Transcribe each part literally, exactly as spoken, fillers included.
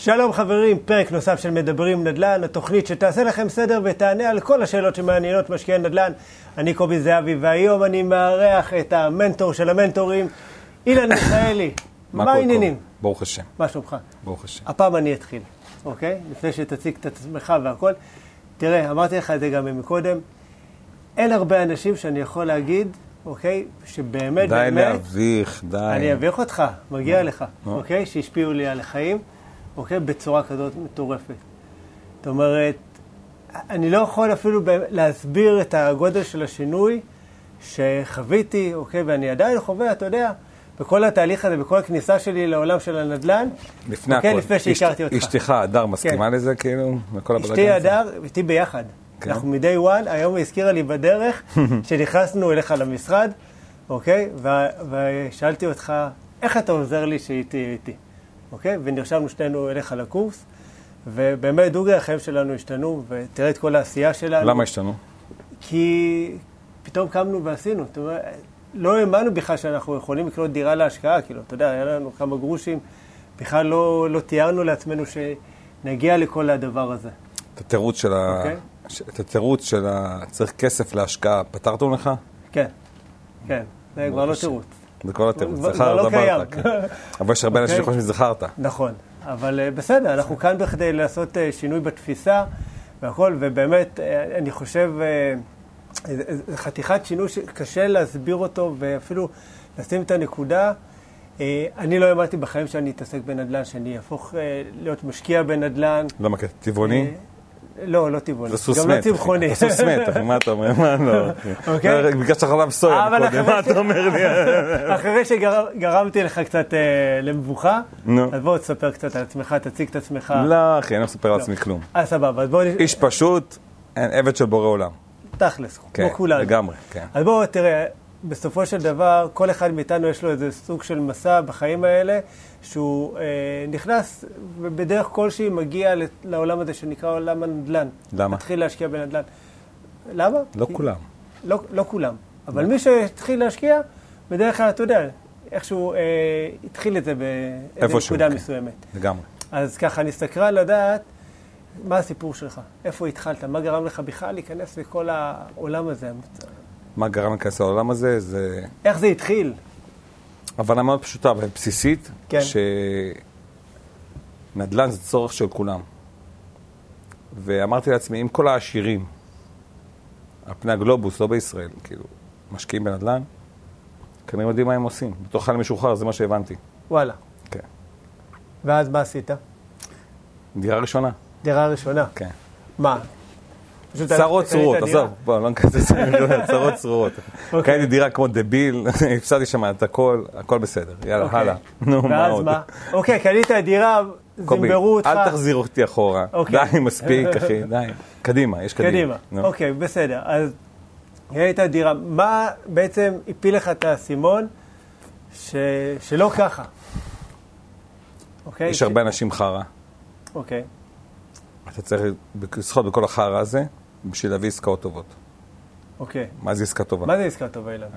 שלום חברים, פרק נוסף של מדברים נדל"ן, התוכנית שתעשה לכם סדר ותענה על כל השאלות שמעניינות משקיעי נדל"ן. אני קובי זהבי, והיום אני מארח את המנטור של המנטורים, אילן מיכאלי. מה העניינים? ברוך השם. מה שלומך? ברוך השם. הפעם אני אתחיל, אוקיי? לפני שתציג את עצמך והכל. תראה, אמרתי לך את זה גם מקודם, אין הרבה אנשים שאני יכול להגיד, אוקיי, שבאמת, די באמת... להביך, די. אני אביך אותך, מגיע לך, אוקיי? שהשפיעו לי על החיים. אוקיי? בצורה כזאת מטורפת. זאת אומרת, אני לא יכול אפילו להסביר את הגודל של השינוי שחוויתי, אוקיי? ואני עדיין חווה, אתה יודע, בכל התהליך הזה, בכל הכניסה שלי לעולם של הנדל"ן, לפני אוקיי? הכל. לפני שהכרתי אותך. אשתך, הדר, מסכימה כן. לזה, כאילו? אשתי הדר, איתי ביחד. כן. אנחנו מ-day one, היום היא הזכירה לי בדרך, שנכנסנו אליך למשרד, אוקיי? ושאלתי אותך, איך אתה עוזר לי שהייתי איתי? אוקיי? ונרשמנו שנינו אליך לקורס, ובאמת דוגרי החיים שלנו השתנו, ותראה את כל העשייה שלנו. למה השתנו? כי פתאום קמנו ועשינו. זאת אומרת, לא האמנו בכלל שאנחנו יכולים לקנות דירה להשקעה, כאילו, אתה יודע, היה לנו כמה גרושים, בכלל לא, לא תיארנו לעצמנו שנגיע לכל הדבר הזה. את התירוץ של ה... אוקיי? את התירוץ של ה... צריך כסף להשקעה, פתרתם לך? כן, כן, זה כבר לא תירוץ. זה כבר לא תירוץ, כבר זכר, לא קיים. דברת. אבל יש הרבה אנשים שחושבים שזכרת. נכון, אבל בסדר, אנחנו כאן בכדי לעשות שינוי בתפיסה והכל, ובאמת, אני חושב, חתיכת שינוי שקשה להסביר אותו, ואפילו לשים את הנקודה. אני לא אמרתי בחיים שאני אתעסק בנדל"ן, שאני אהפוך להיות משקיע בנדל"ן. למה כזה? טבעוני? לא, לא טבעוני. זה סוס גם מת. לא צמחוני. זה סוס מת, אחי, מה אתה אומר? מה לא? אוקיי? ביקשת חלב סויה קודם, מה אתה אומר לי? אחרי שגרמתי לך קצת למבוכה, נו. אז בואו תספר קצת על עצמך, תציג את עצמך. לא, אחי, אני לא מספר על עצמי כלום. אה, סבבה, אז בואו... איש פשוט, עבד של בורא עולם. תכלס, כמו כן, כולנו. לגמרי, כן. אז בואו, תראה, בסופו של דבר, כל אחד מאיתנו יש לו איזה סוג של מסע בחיים האלה, שהוא אה, נכנס ובדרך כלשהי מגיע לעולם הזה שנקרא עולם הנדל"ן. למה? התחיל להשקיע בנדל"ן. למה? לא כי... כולם. לא, לא כולם. אבל מי שהתחיל להשקיע, בדרך כלל, אתה יודע, איכשהו אה, התחיל את זה באיזו נקודה כן. מסוימת. לגמרי. אז ככה, אני סקרן לדעת מה הסיפור שלך, איפה התחלת, מה גרם לך בכלל להיכנס לכל העולם הזה. מה גרם להיכנס לעולם הזה? זה... איך זה התחיל? הבנה מאוד פשוטה ובסיסית, כן. שנדל"ן זה צורך של כולם. ואמרתי לעצמי, אם כל העשירים, על פני הגלובוס, לא בישראל, כאילו, משקיעים בנדל"ן, כנראה יודעים מה הם עושים. בתוך חייל משוחרר, זה מה שהבנתי. וואלה. כן. ואז מה עשית? דירה ראשונה. דירה ראשונה? כן. מה? צרות צרורות, עזוב, בוא, לא נקצץ, צרות צרורות. קניתי דירה כמו דביל, הפסדתי שם את הכל, הכל בסדר, יאללה, הלאה. ואז מה? אוקיי, קנית דירה, זמברו אותך. אל תחזיר אותי אחורה, די, מספיק, אחי, די. קדימה, יש קדימה. קדימה, אוקיי, בסדר. אז קנית דירה, מה בעצם הפיל לך את האסימון שלא ככה? יש הרבה אנשים חרה. אוקיי. אתה צריך לשחות בכל החרה הזה, בשביל להביא עסקאות טובות. אוקיי. מה זה עסקה טובה? מה זה עסקה טובה, אילן?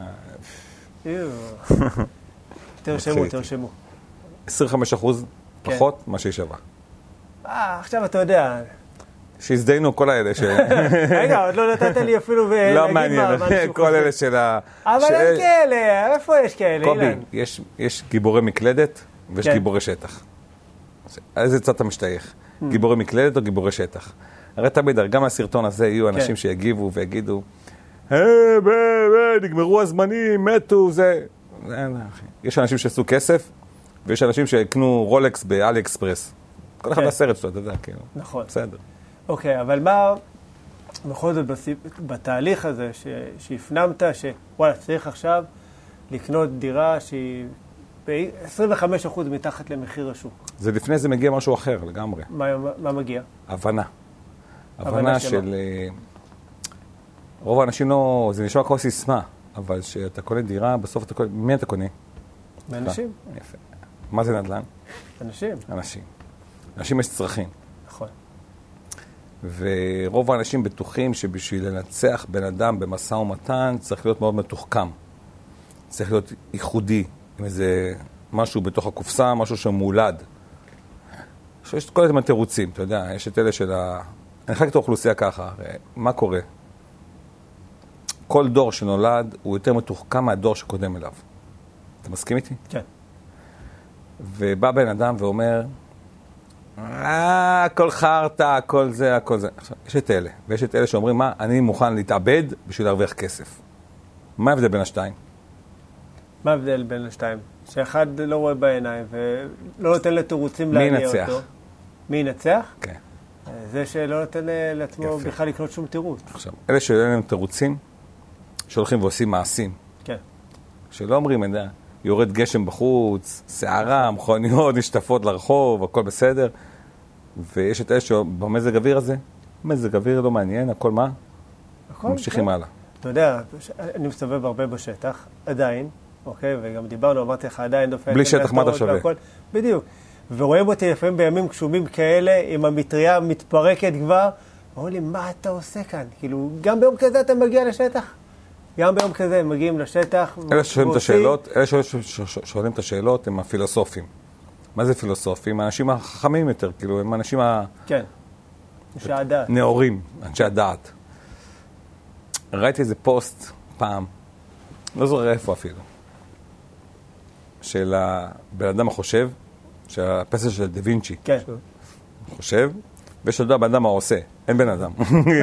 תרשמו, תרשמו. עשרים וחמישה אחוז פחות מה שהיא שווה. אה, עכשיו אתה יודע. שהזדיינו כל האלה ש... רגע, עוד לא נתת לי אפילו להגיד מה... לא מעניין, כל אלה של ה... אבל אין כאלה, איפה יש כאלה, אילן? קובי, יש גיבורי מקלדת ויש גיבורי שטח. איזה צד אתה משתייך? גיבורי מקלדת או גיבורי שטח? הרי תמיד, גם מהסרטון הזה יהיו אנשים שיגיבו ויגידו, היי, נגמרו הזמנים, מתו, זה... יש אנשים שעשו כסף, ויש אנשים שיקנו רולקס באלי אקספרס. כל אחד בסרט שלו, אתה יודע, כאילו. נכון. בסדר. אוקיי, אבל מה, בכל זאת, בתהליך הזה, שהפנמת, שוואלה, צריך עכשיו לקנות דירה שהיא ב-עשרים וחמישה אחוז מתחת למחיר השוק. זה לפני זה מגיע משהו אחר לגמרי. מה, מה מגיע? הבנה. הבנה של... רוב האנשים לא... זה נשמע כמו סיסמה, אבל שאתה קונה דירה, בסוף אתה קונה... מי אתה קונה? מאנשים. יפה. מה זה נדל"ן? אנשים. אנשים. אנשים יש צרכים. נכון. ורוב האנשים בטוחים שבשביל לנצח בן אדם במשא ומתן צריך להיות מאוד מתוחכם. צריך להיות ייחודי, עם איזה משהו בתוך הקופסה, משהו שמולד. יש כל הזמן תירוצים, אתה יודע, יש את אלה של ה... אני חלק את האוכלוסייה ככה, מה קורה? כל דור שנולד הוא יותר מתוחכם מהדור שקודם אליו. אתה מסכים איתי? כן. ובא בן אדם ואומר, אה, הכל חרטה, הכל זה, הכל זה. עכשיו, יש את אלה, ויש את אלה שאומרים, מה, אני מוכן להתאבד בשביל להרוויח כסף. מה ההבדל בין השתיים? מה ההבדל בין השתיים? שאחד לא רואה בעיניים ולא נותן לתירוצים להניע אותו. מי ינצח? מי ינצח? כן. זה שלא נותן לעצמו בכלל לקנות שום תירוץ. עכשיו, אלה שאין להם תירוצים, שהולכים ועושים מעשים. כן. שלא אומרים, אני יודע, יורד גשם בחוץ, שערה, מכוניות, נשטפות לרחוב, הכל בסדר. ויש את אלה שבמזג אוויר הזה, מזג אוויר לא מעניין, הכל מה? הכל, ממשיכים הלאה. אתה יודע, אני מסתובב הרבה בשטח, עדיין, אוקיי, וגם דיברנו, אמרתי לך, עדיין דופק. בלי שטח מה אתה שווה. בדיוק. ורואים אותי לפעמים בימים קשומים כאלה, עם המטריה מתפרקת כבר, אמרו לי, מה אתה עושה כאן? כאילו, גם ביום כזה אתה מגיע לשטח? גם ביום כזה הם מגיעים לשטח. אלה ששואלים את השאלות, אלה ששואלים את השאלות הם הפילוסופים. מה זה פילוסופים? האנשים החכמים יותר, כאילו, הם האנשים ה... כן, אנשי הדעת. נאורים, אנשי הדעת. ראיתי איזה פוסט פעם, לא זוכר איפה אפילו, של הבן אדם החושב, שהפסל של דה וינצ'י. כן. חושב, ויש את הבן אדם העושה, אין בן אדם.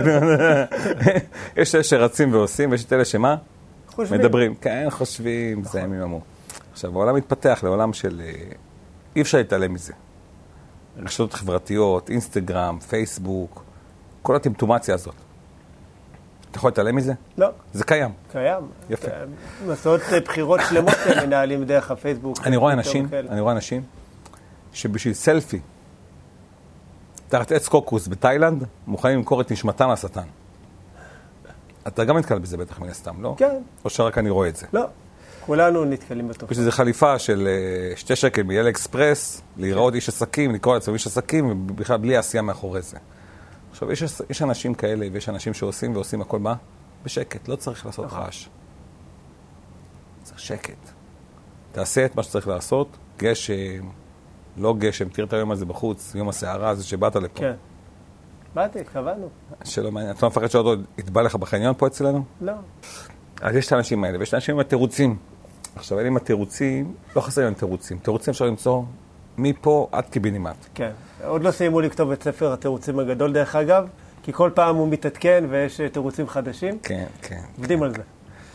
יש אלה שרצים ועושים, ויש את אלה שמה? חושבים. מדברים, כן, חושבים, זה הם יממו. עכשיו, העולם מתפתח לעולם של... אי אפשר להתעלם מזה. רשתות חברתיות, אינסטגרם, פייסבוק, כל הטמטומציה הזאת. אתה יכול להתעלם מזה? לא. זה קיים. קיים. יפה. מסעות בחירות שלמות מנהלים דרך הפייסבוק. אני רואה אנשים, אני רואה אנשים, שבשביל סלפי, תחת עץ קוקוס בתאילנד, מוכנים למכור את נשמתם לשטן. אתה גם נתקל בזה בטח מן הסתם, לא? כן. או שרק אני רואה את זה? לא. כולנו נתקלים בתופעה. בשביל זה חליפה של שתי שקל מאל אקספרס, להיראות איש עסקים, לקרוא לעצמם איש עסקים, ובכלל בלי עשייה מאחורי זה. עכשיו, יש, יש אנשים כאלה, ויש אנשים שעושים ועושים הכל מה? בשקט, לא צריך לעשות רעש. צריך שקט. תעשה את מה שצריך לעשות, גשם, לא גשם, תראה את היום הזה בחוץ, יום הסערה הזה שבאת לפה. כן. באתי, קבענו. שלא מעניין. אתה לא מפחד שעוד יתבע לך בחניון פה אצלנו? לא. אז יש את האנשים האלה, ויש את האנשים עם התירוצים. עכשיו, אלה עם התירוצים, לא חסרים עם תירוצים. תירוצים אפשר למצוא מפה עד קיבינימט. כן. עוד לא סיימו לכתוב את ספר התירוצים הגדול, דרך אגב, כי כל פעם הוא מתעדכן ויש תירוצים חדשים. כן, כן. עובדים כן. על זה.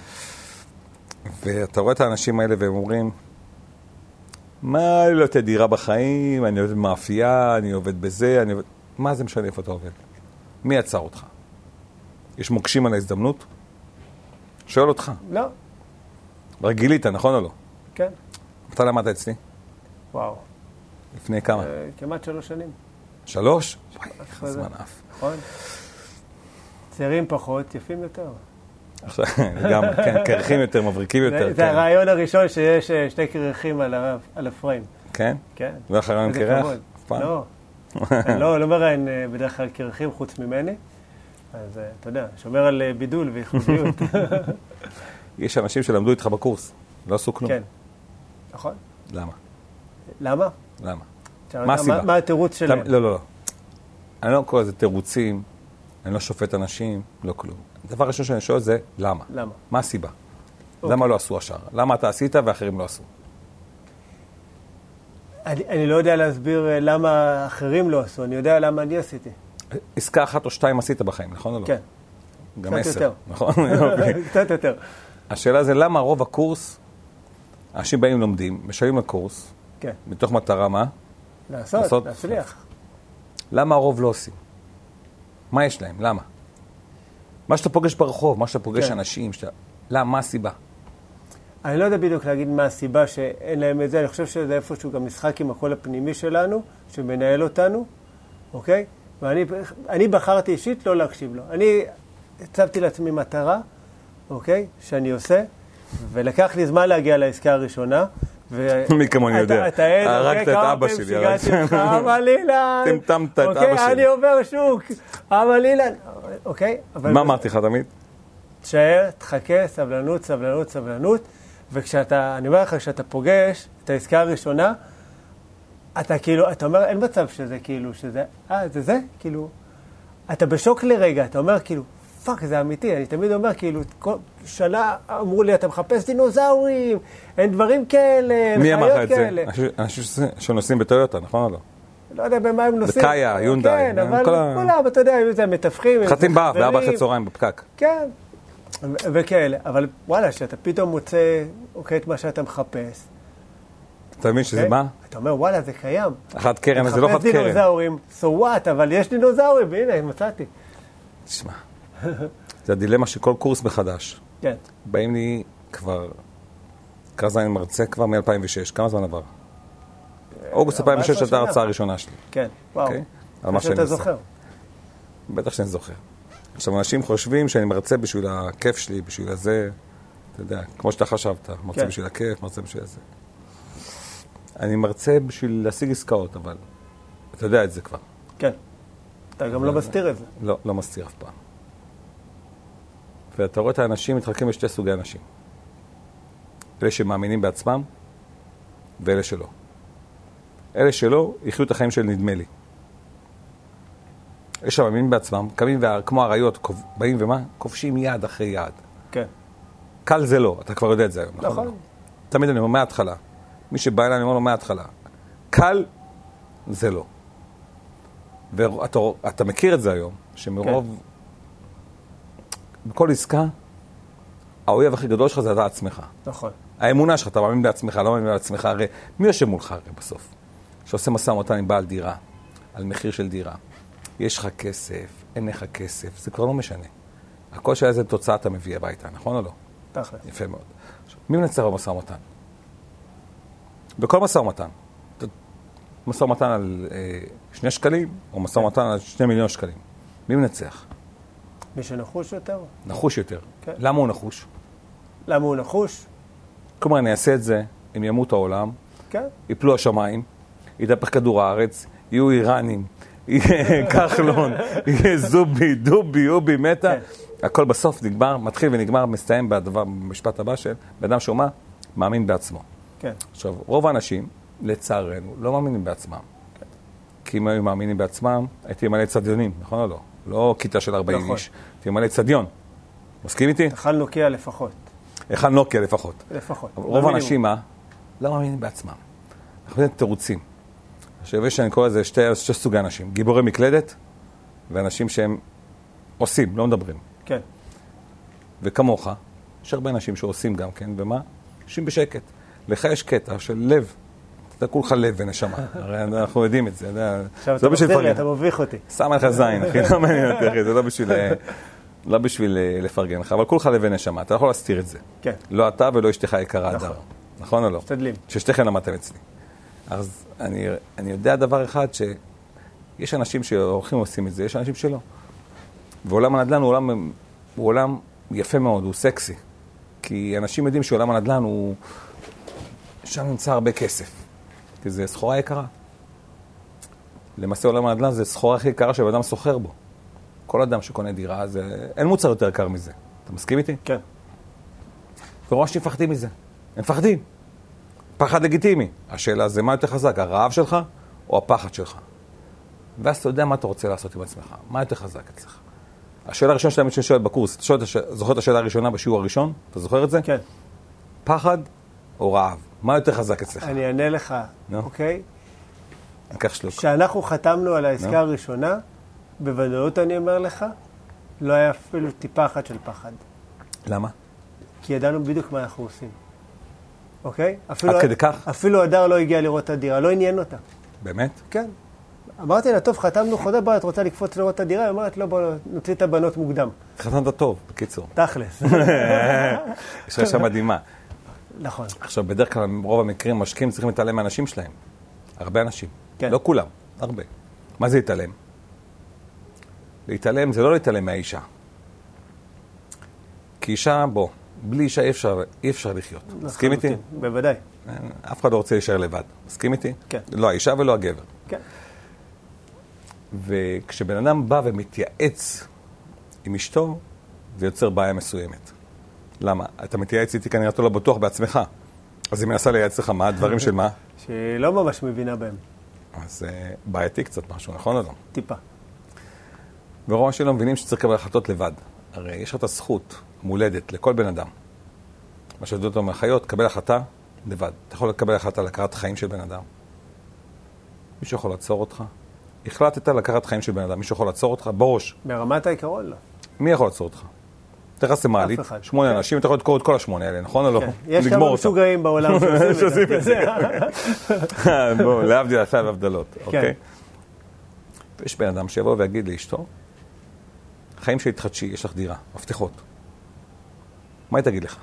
ואתה רואה את האנשים האלה והם אומרים, מה, אני לא יודעת דירה בחיים, אני עובד במאפייה, אני עובד בזה, אני עובד... מה זה משנה איפה אתה עובד? מי יצר אותך? יש מוקשים על ההזדמנות? שואל אותך. לא. רגילית, נכון או לא? כן. אתה למדת אצלי? וואו. לפני כמה? כמעט שלוש שנים. שלוש? וואי, זמן אף. נכון. צעירים פחות, יפים יותר. עכשיו, גם, כן, קרחים יותר, מבריקים יותר. זה הרעיון הראשון שיש שתי קרחים על הפריים. כן? כן. ואיך הרעיון קרח? אף פעם? לא. לא, לא מראיין בדרך כלל קרחים חוץ ממני. אז אתה יודע, שומר על בידול וייחודיות. יש אנשים שלמדו איתך בקורס, לא עשו כלום. כן. נכון. למה? למה? למה? מה הסיבה? מה התירוץ שלהם? לא, לא, לא. אני לא קורא לזה תירוצים, אני לא שופט אנשים, לא כלום. הדבר ראשון שאני שואל זה, למה? למה? מה הסיבה? למה לא עשו השאר? למה אתה עשית ואחרים לא עשו? אני, אני לא יודע להסביר למה אחרים לא עשו, אני יודע למה אני עשיתי. עסקה אחת או שתיים עשית בחיים, נכון או לא? כן. גם עשר. קצת יותר. נכון? קצת יותר. השאלה זה למה רוב הקורס, אנשים באים לומדים, משלמים לקורס, כן. מתוך מטרה מה? לעשות, לעשות להצליח. למה הרוב לא עושים? מה יש להם? למה? מה שאתה פוגש ברחוב, מה שאתה פוגש כן. אנשים, שאתה... למה? מה הסיבה? אני לא יודע בדיוק להגיד מה הסיבה שאין להם את זה, אני חושב שזה איפשהו גם משחק עם הקול הפנימי שלנו, שמנהל אותנו, אוקיי? ואני אני בחרתי אישית לא להקשיב לו. אני הצבתי לעצמי מטרה, אוקיי? שאני עושה, ולקח לי זמן להגיע לעסקה הראשונה. מי כמוני יודע. הרגת את אבא שלי. אבל אילן. טמטמת את אבא שלי. אוקיי, אני עובר שוק. אבל אילן. אוקיי? מה אמרתי לך תמיד? תשאר, תחכה, סבלנות, סבלנות, סבלנות. וכשאתה, אני אומר לך, כשאתה פוגש את העסקה הראשונה, אתה כאילו, אתה אומר, אין מצב שזה כאילו, שזה, אה, זה זה? כאילו, אתה בשוק לרגע, אתה אומר כאילו, פאק, זה אמיתי. אני תמיד אומר, כאילו, כל שנה אמרו לי, אתה מחפש דינוזאורים, אין דברים כאלה, מי אמר את זה? אנשים שנוסעים בטויוטה, נכון או לא? לא יודע במה הם נוסעים. בקאיה, יונדאי. כן, אבל כולם, אתה יודע, היו זה מתווכים. חצים באף, בארבע אחרי צהריים בפקק. כן, וכאלה. אבל וואלה, שאתה פתאום מוצא, אוקיי, את מה שאתה מחפש. אתה מבין שזה מה? אתה אומר, וואלה, זה קיים. אחת קרן, זה לא אחת קרן. מחפש דינוזאורים, so what, אבל יש דינוזאורים, והנה, מצאתי. תשמע, זה הדילמה שכל קורס מחדש. כן. באים לי כבר, כמה זמן אני מרצה כבר מ-אלפיים ושש, כמה זמן עבר? אוגוסט אלפיים ושש הייתה ההרצאה הראשונה שלי. כן, וואו. על מה שאני זוכר. בטח שאני זוכר. עכשיו, אנשים חושבים שאני מרצה בשביל הכיף שלי, בשביל הזה, אתה יודע, כמו שאתה חשבת, מרצה בשביל הכיף, מרצה בשביל הזה. אני מרצה בשביל להשיג עסקאות, אבל אתה יודע את זה כבר. כן. אתה גם לא מסתיר את זה. לא, לא מסתיר אף פעם. ואתה רואה את האנשים מתחלקים לשתי סוגי אנשים. אלה שמאמינים בעצמם, ואלה שלא. אלה שלא, יחיו את החיים של נדמה לי. אלה שמאמינים בעצמם, קמים כמו הרעיות, באים ומה? כובשים יד אחרי יד. כן. קל זה לא, אתה כבר יודע את זה היום. נכון. תמיד אני אומר מההתחלה. מי שבא אליי, אני אומר לו מההתחלה. קל זה לא. ואתה אתה מכיר את זה היום, שמרוב... בכל עסקה, האויב הכי גדול שלך זה אתה עצמך. נכון. האמונה שלך, אתה מאמין בעצמך, לא מאמין בעצמך, הרי מי יושב מולך הרי בסוף? שעושה מסע ומתן עם בעל דירה, על מחיר של דירה. יש לך כסף, אין לך כסף, זה כבר לא משנה. הכל שהיה זה תוצאה אתה מביא הביתה, נכון או לא? תכל'ס. יפה מאוד. עכשיו, מי מנצח במסע ומתן? בכל מסע ומתן. מסע ומתן על אה, שני שקלים, או מסע ומתן על שני מיליון שקלים. מי מנצח? מי שנחוש יותר? נחוש יותר. כן. למה הוא נחוש? למה הוא נחוש? כלומר, אני אעשה את זה, אם ימות העולם, כן. יפלו השמיים, יתהפך כדור הארץ, יהיו איראנים, יהיה כחלון, יהיה זובי, דובי, אובי, מתה. כן. הכל בסוף נגמר, מתחיל ונגמר, מסתיים בדבר, במשפט הבא של באדם שאומר, מאמין בעצמו. כן. עכשיו, רוב האנשים, לצערנו, לא מאמינים בעצמם. כן. כי אם היו מאמינים בעצמם, הייתי מלא צדיונים, נכון או לא? לא כיתה של ארבעים נכון. איש, הייתי מלא צדיון. מסכים איתי? אכל נוקיה לפחות. אכל נוקיה לפחות. לפחות. רוב האנשים, מה? לא מאמינים בעצמם. אנחנו יודעים תירוצים. עכשיו, יש שאני קורא לזה שתי, שתי סוגי אנשים. גיבורי מקלדת, ואנשים שהם עושים, לא מדברים. כן. וכמוך, יש הרבה אנשים שעושים גם כן, ומה? עושים בשקט. לך יש קטע של לב. אתה כולך לב ונשמה. הרי אנחנו יודעים את זה. עכשיו אתה מוביך לי, אתה מוביך אותי. שם לך זין, אחי, לא מעניין אותי, אחי. זה לא בשביל, לא בשביל לפרגן לך, אבל כולך לב ונשמה. אתה יכול להסתיר את זה. כן. לא אתה ולא אשתך יקרה הדר. נכון או לא? משתדלים. ששתיכן למדתם אצלי. אז אני, אני יודע דבר אחד, שיש אנשים שהולכים ועושים את זה, יש אנשים שלא. ועולם הנדל"ן הוא עולם, הוא עולם יפה מאוד, הוא סקסי. כי אנשים יודעים שעולם הנדל"ן הוא... שם נמצא הרבה כסף. כי זה סחורה יקרה. למעשה עולם הנדל"ן זה סחורה הכי יקרה שבאדם סוחר בו. כל אדם שקונה דירה, זה... אין מוצר יותר יקר מזה. אתה מסכים איתי? כן. ורוב שמפחדים מזה. הם מפחדים. פחד לגיטימי. השאלה זה מה יותר חזק, הרעב שלך או הפחד שלך? ואז אתה יודע מה אתה רוצה לעשות עם עצמך. מה יותר חזק אצלך? השאלה הראשונה שאתה שאני שואל בקורס, אתה שואל, זוכר את השאלה הראשונה בשיעור הראשון? אתה זוכר את זה? כן. פחד או רעב? מה יותר חזק אצלך? אני אענה לך, אוקיי? ניקח שלוק. כשאנחנו חתמנו על העסקה הראשונה, בוודאות אני אומר לך, לא היה אפילו טיפה אחת של פחד. למה? כי ידענו בדיוק מה אנחנו עושים. אוקיי? עד כדי כך? אפילו הדר לא הגיע לראות את הדירה, לא עניין אותה. באמת? כן. אמרתי לה, טוב, חתמנו חודה בה, את רוצה לקפוץ לראות את הדירה? היא אומרת, לא, בוא נוציא את הבנות מוקדם. חתמת טוב, בקיצור. תכלס. יש רשע מדהימה. נכון. עכשיו, בדרך כלל, רוב המקרים, משקיעים צריכים להתעלם מהאנשים שלהם. הרבה אנשים. כן. לא כולם, הרבה. מה זה להתעלם? להתעלם זה לא להתעלם מהאישה. כי אישה, בוא, בלי אישה אי אפשר, אי אפשר לחיות. מסכים איתי? בוודאי. אף אחד לא רוצה להישאר לבד. מסכים איתי? כן. לא האישה ולא הגבר. כן. וכשבן אדם בא ומתייעץ עם אשתו, זה יוצר בעיה מסוימת. למה? אתה מתייעץ איתי כנראה אתה לא בטוח בעצמך. אז היא מנסה לייעץ לך מה? דברים של מה? שהיא לא ממש מבינה בהם. אז בעייתי קצת משהו, נכון או לא? טיפה. ורוב אנשים לא מבינים שצריך לקבל החלטות לבד. הרי יש לך את הזכות מולדת לכל בן אדם. מה שדעו אותו מהחיות, קבל החלטה לבד. אתה יכול לקבל החלטה לקחת חיים של בן אדם. מישהו יכול לעצור אותך? החלטת לקחת חיים של בן אדם, מישהו יכול לעצור אותך? בראש. ברמת העיקרון לא. מי יכול לעצור אותך? תכנס למעלית, שמונה אנשים, אתה יכול לדקור את כל השמונה האלה, נכון או לא? יש כמה משוגעים בעולם שעושים את זה. בואו, להבדיל אלפי הבדלות, אוקיי? יש בן אדם שיבוא ויגיד לאשתו, חיים של התחדשי, יש לך דירה, מפתחות. מה היא תגיד לך?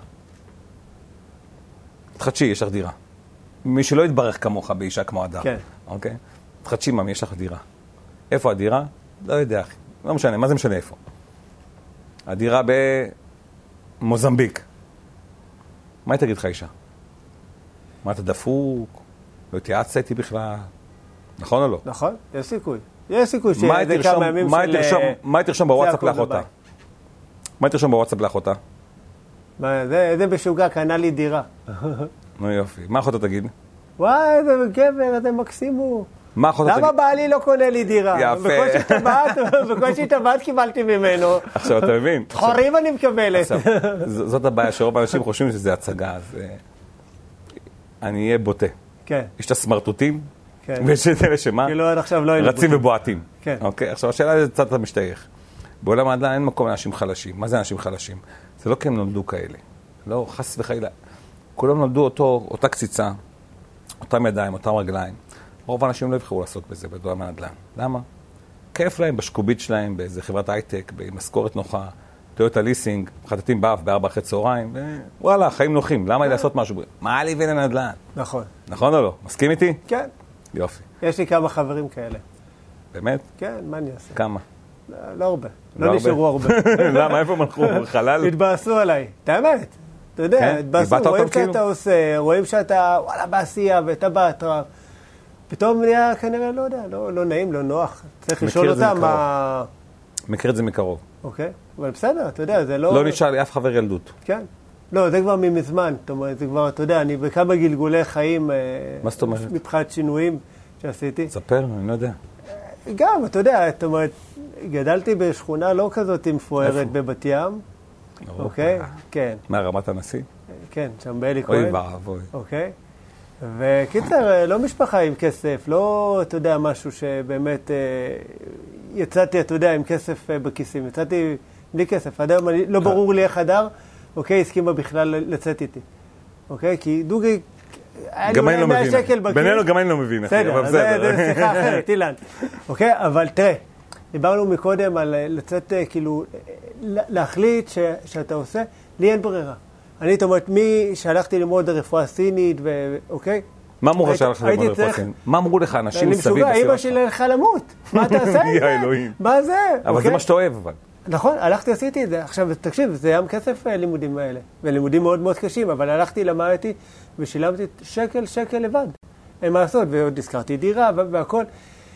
התחדשי, יש לך דירה. מי שלא יתברך כמוך באישה כמו אדם, אוקיי? התחדשי, ממי, יש לך דירה. איפה הדירה? לא יודע, אחי. לא משנה, מה זה משנה איפה? הדירה במוזמביק. מה היא תגיד לך אישה? מה, אתה דפוק? לא התייעצת איתי בכלל? נכון או לא? נכון, יש סיכוי. יש סיכוי שזה כמה ימים של... מה היא תרשום בוואטסאפ לאחותה? מה היא תרשום בוואטסאפ לאחותה? זה משוגע, קנה לי דירה. נו יופי. מה אחותה תגיד? וואי, איזה גבר, איזה מקסימו. מה אחותה תגיד? למה בעלי לא קונה לי דירה? יפה. בקושי טבעת, בקושי טבעת קיבלתי ממנו. עכשיו, אתה מבין? חורים אני מקבלת. זאת הבעיה, שרוב האנשים חושבים שזה הצגה, אז אני אהיה בוטה. כן. יש את הסמרטוטים, ויש את אלה שמה? כאילו עד עכשיו לא היינו רצים ובועטים. כן. אוקיי, עכשיו השאלה איזה צד אתה משתייך. בעולם הנדל"ן אין מקום לאנשים חלשים. מה זה אנשים חלשים? זה לא כי הם נולדו כאלה. לא, חס וחלילה. כולם נולדו אותו, אותה קציצה, אותם ידיים, אותם רגליים. רוב האנשים לא יבחרו לעסוק בזה בעולם הנדל"ן. למה? כיף להם בשקובית שלהם, באיזה חברת הייטק, במשכורת נוחה, טויוטה ליסינג, מחטטים באף בארבע אחרי צהריים, וואלה, חיים נוחים. למה לי לעשות משהו? מה לי בין הנדל"ן? נכון. נכון או לא? מסכים איתי? כן. יופי. יש לי כמה חברים כאלה. באמת? כן, מה אני אעשה? כמה? לא הרבה. לא נשארו הרבה. למה? איפה מלכו? חלל? התבאסו עליי. את האמת. אתה יודע, התבאסו, רואים שאתה עושה, רואים שאתה, וואלה, בעשייה, ואתה באטרף. פתאום נהיה כנראה, לא יודע, לא נעים, לא נוח. צריך לשאול אותם מה... מכיר את זה מקרוב. אוקיי, אבל בסדר, אתה יודע, זה לא... לא נשאר לי אף חבר ילדות. כן. לא, זה כבר ממזמן. זאת אומרת, זה כבר, אתה יודע, אני בכמה גלגולי חיים... מה זאת אומרת? מבחינת שינויים שעשיתי. ספר, אני לא יודע. גם, אתה יודע, זאת אומרת, גדלתי בשכונה לא כזאת מפוארת בבת ים. אוקיי? כן. מה, רמת הנשיא? כן, שם באלי כהן. אוי ואבוי. אוקיי? וקיצר, לא משפחה עם כסף, לא, אתה יודע, משהו שבאמת יצאתי, אתה יודע, עם כסף בכיסים. יצאתי בלי כסף. אדם, לא ברור לי איך הדר, אוקיי, הסכימה בכלל לצאת איתי. אוקיי? כי דוגי... גם אני לא מבין. בינינו גם אני לא מבין. בסדר, זה שיחה אחרת, אילן. אוקיי? אבל תראה, דיברנו מקודם על לצאת, כאילו, להחליט שאתה עושה, לי אין ברירה. אני, זאת אומרת, מי שהלכתי ללמוד רפואה סינית, אוקיי? מה אמרו לך שהלכת ללמוד רפואה סינית? מה אמרו לך, אנשים מסביב? אני משוגע, אמא שלי הלכה למות. מה אתה עושה את זה? יא אלוהים. מה זה? אבל זה מה שאתה אוהב, אבל. נכון, הלכתי, עשיתי את זה. עכשיו, תקשיב, זה היה כסף לימודים האלה. ולימודים מאוד מאוד קשים, אבל הלכתי, למדתי, ושילמתי שקל, שקל לבד. אין מה לעשות, ועוד הזכרתי דירה והכל.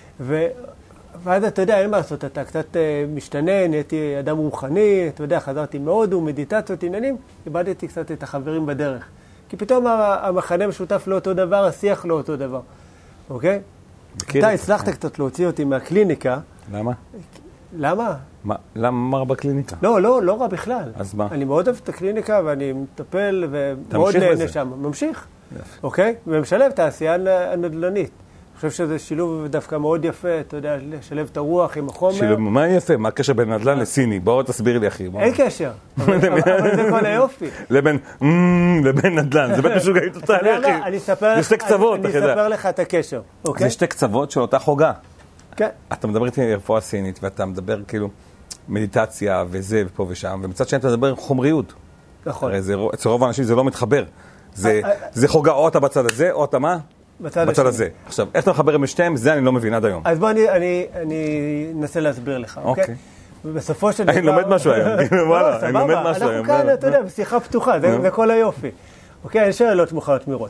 ואז אתה יודע, אין מה לעשות, אתה קצת משתנה, נהייתי אדם רוחני, אתה יודע, חזרתי מהודו, מדיטציות, עניינים, איבדתי קצת את החברים בדרך. כי פתאום המחנה משותף לא אותו דבר, השיח לא אותו דבר. אוקיי? אתה הצלחת קצת להוציא אותי מהקליניקה. למה? למה? למה רע בקליניקה? לא, לא, לא רע בכלל. אז מה? אני מאוד אוהב את הקליניקה ואני מטפל ומאוד נהנה שם. ממשיך. אוקיי? ומשלב את העשייה הנדל"נית. אני חושב שזה שילוב דווקא מאוד יפה, אתה יודע, לשלב את הרוח עם החומר. שילוב, מה יפה? מה הקשר בין נדל"ן לסיני? בואו תסביר לי, אחי. אין קשר, אבל זה כל היופי. לבין נדל"ן, זה בטח משוגעים טוטלי, אחי. זה שתי קצוות, אני אספר לך את הקשר, אוקיי? זה שתי קצוות של אותה חוגה. כן. אתה מדבר איתי על רפואה סינית, ואתה מדבר כאילו מדיטציה וזה ופה ושם, ומצד שני אתה מדבר חומריות. נכון. הרי אצל רוב האנשים זה לא מתחבר. זה חוגה או אתה בצד הזה, או אתה מה? בצד, בצד הזה. עכשיו, איך אתה מחבר עם שתיהם? זה אני לא מבין עד היום. אז בוא אני, אני, אני אנסה להסביר לך, אוקיי? אוקיי. ובסופו של דבר... אני לומד משהו היום. וואלה, אני לומד משהו היום. אנחנו כאן, אתה יודע, בשיחה פתוחה, זה, זה כל היופי. אוקיי? אין שאלות מוכנות מראש.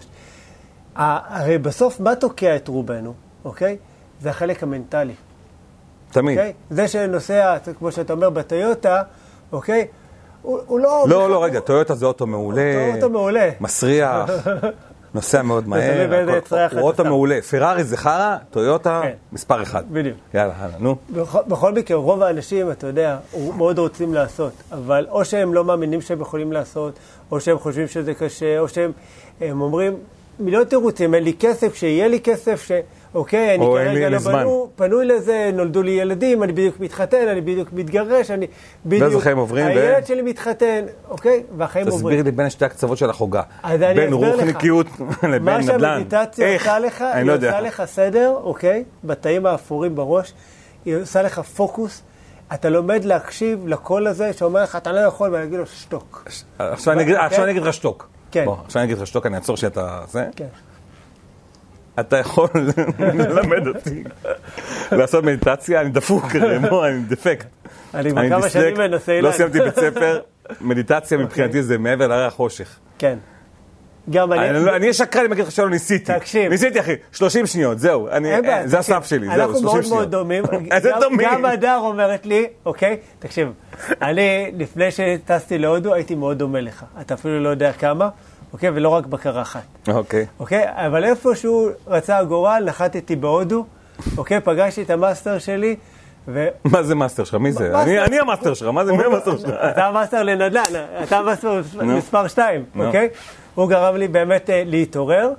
הרי בסוף, מה תוקע את רובנו, אוקיי? זה החלק המנטלי. תמיד. אוקיי? זה שנוסע, כמו שאתה אומר, בטויוטה, אוקיי? הוא, הוא לא... לא, לא, רגע, טויוטה זה אוטו מעולה. אוטו מעולה. מסריח. נוסע מאוד מהר, אוטו מעולה. פרארי זה חרה, טויוטה, מספר אחד. בדיוק. יאללה, הלאה, נו. בכל מקרה, רוב האנשים, אתה יודע, מאוד רוצים לעשות, אבל או שהם לא מאמינים שהם יכולים לעשות, או שהם חושבים שזה קשה, או שהם אומרים, מיליון תירוצים, אין לי כסף, שיהיה לי כסף, ש... אוקיי, אני כרגע לא בנו, פנוי לזה, נולדו לי ילדים, אני בדיוק מתחתן, אני בדיוק מתגרש, אני בדיוק... הילד שלי מתחתן, אוקיי? והחיים עוברים. תסביר לי בין שתי הקצוות של החוגה. בין רוחניקיות לבין נדל"ן. מה שהמדיטציה עושה לך, היא עושה לך סדר, אוקיי? בתאים האפורים בראש, היא עושה לך פוקוס, אתה לומד להקשיב לקול הזה, שאומר לך, אתה לא יכול, ואני אגיד לו, שתוק. עכשיו אני אגיד לך שתוק. כן. עכשיו אני אגיד לך שתוק, אני אעצור שאתה... כן. אתה יכול ללמד אותי לעשות מדיטציה, אני דפוק, אני דפקט. אני בכמה שנים מנסה אילן. לא סיימתי בית ספר, מדיטציה מבחינתי זה מעבר להרי החושך. כן. גם אני... אני אשקרן, אני אגיד לך שלא ניסיתי. תקשיב. ניסיתי אחי, שלושים שניות, זהו, זה הסף שלי, זהו, שלושים שניות. אנחנו מאוד מאוד דומים. גם הדר אומרת לי, אוקיי, תקשיב, אני לפני שטסתי להודו הייתי מאוד דומה לך. אתה אפילו לא יודע כמה. אוקיי, ולא רק בקרה אחת. אוקיי. אוקיי, אבל איפשהו רצה הגורל, נחתתי בהודו, אוקיי, פגשתי את המאסטר שלי, ו... מה זה מאסטר שלך? מי זה? אני המאסטר שלך, מה זה מי המאסטר שלך? אתה המאסטר לנדל"ן, אתה המאסטר מספר שתיים, אוקיי? הוא גרם לי באמת להתעורר,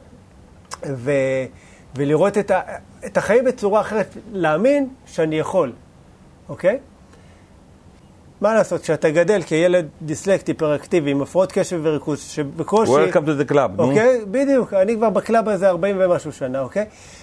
ולראות את החיים בצורה אחרת, להאמין שאני יכול, אוקיי? מה לעשות, כשאתה גדל כילד דיסלקטי, היפראקטיבי, עם הפרעות קשב וריכוז, שבקושי... Welcome to the club, נו. אוקיי? בדיוק, אני כבר בקלאב הזה ארבעים ומשהו שנה, אוקיי?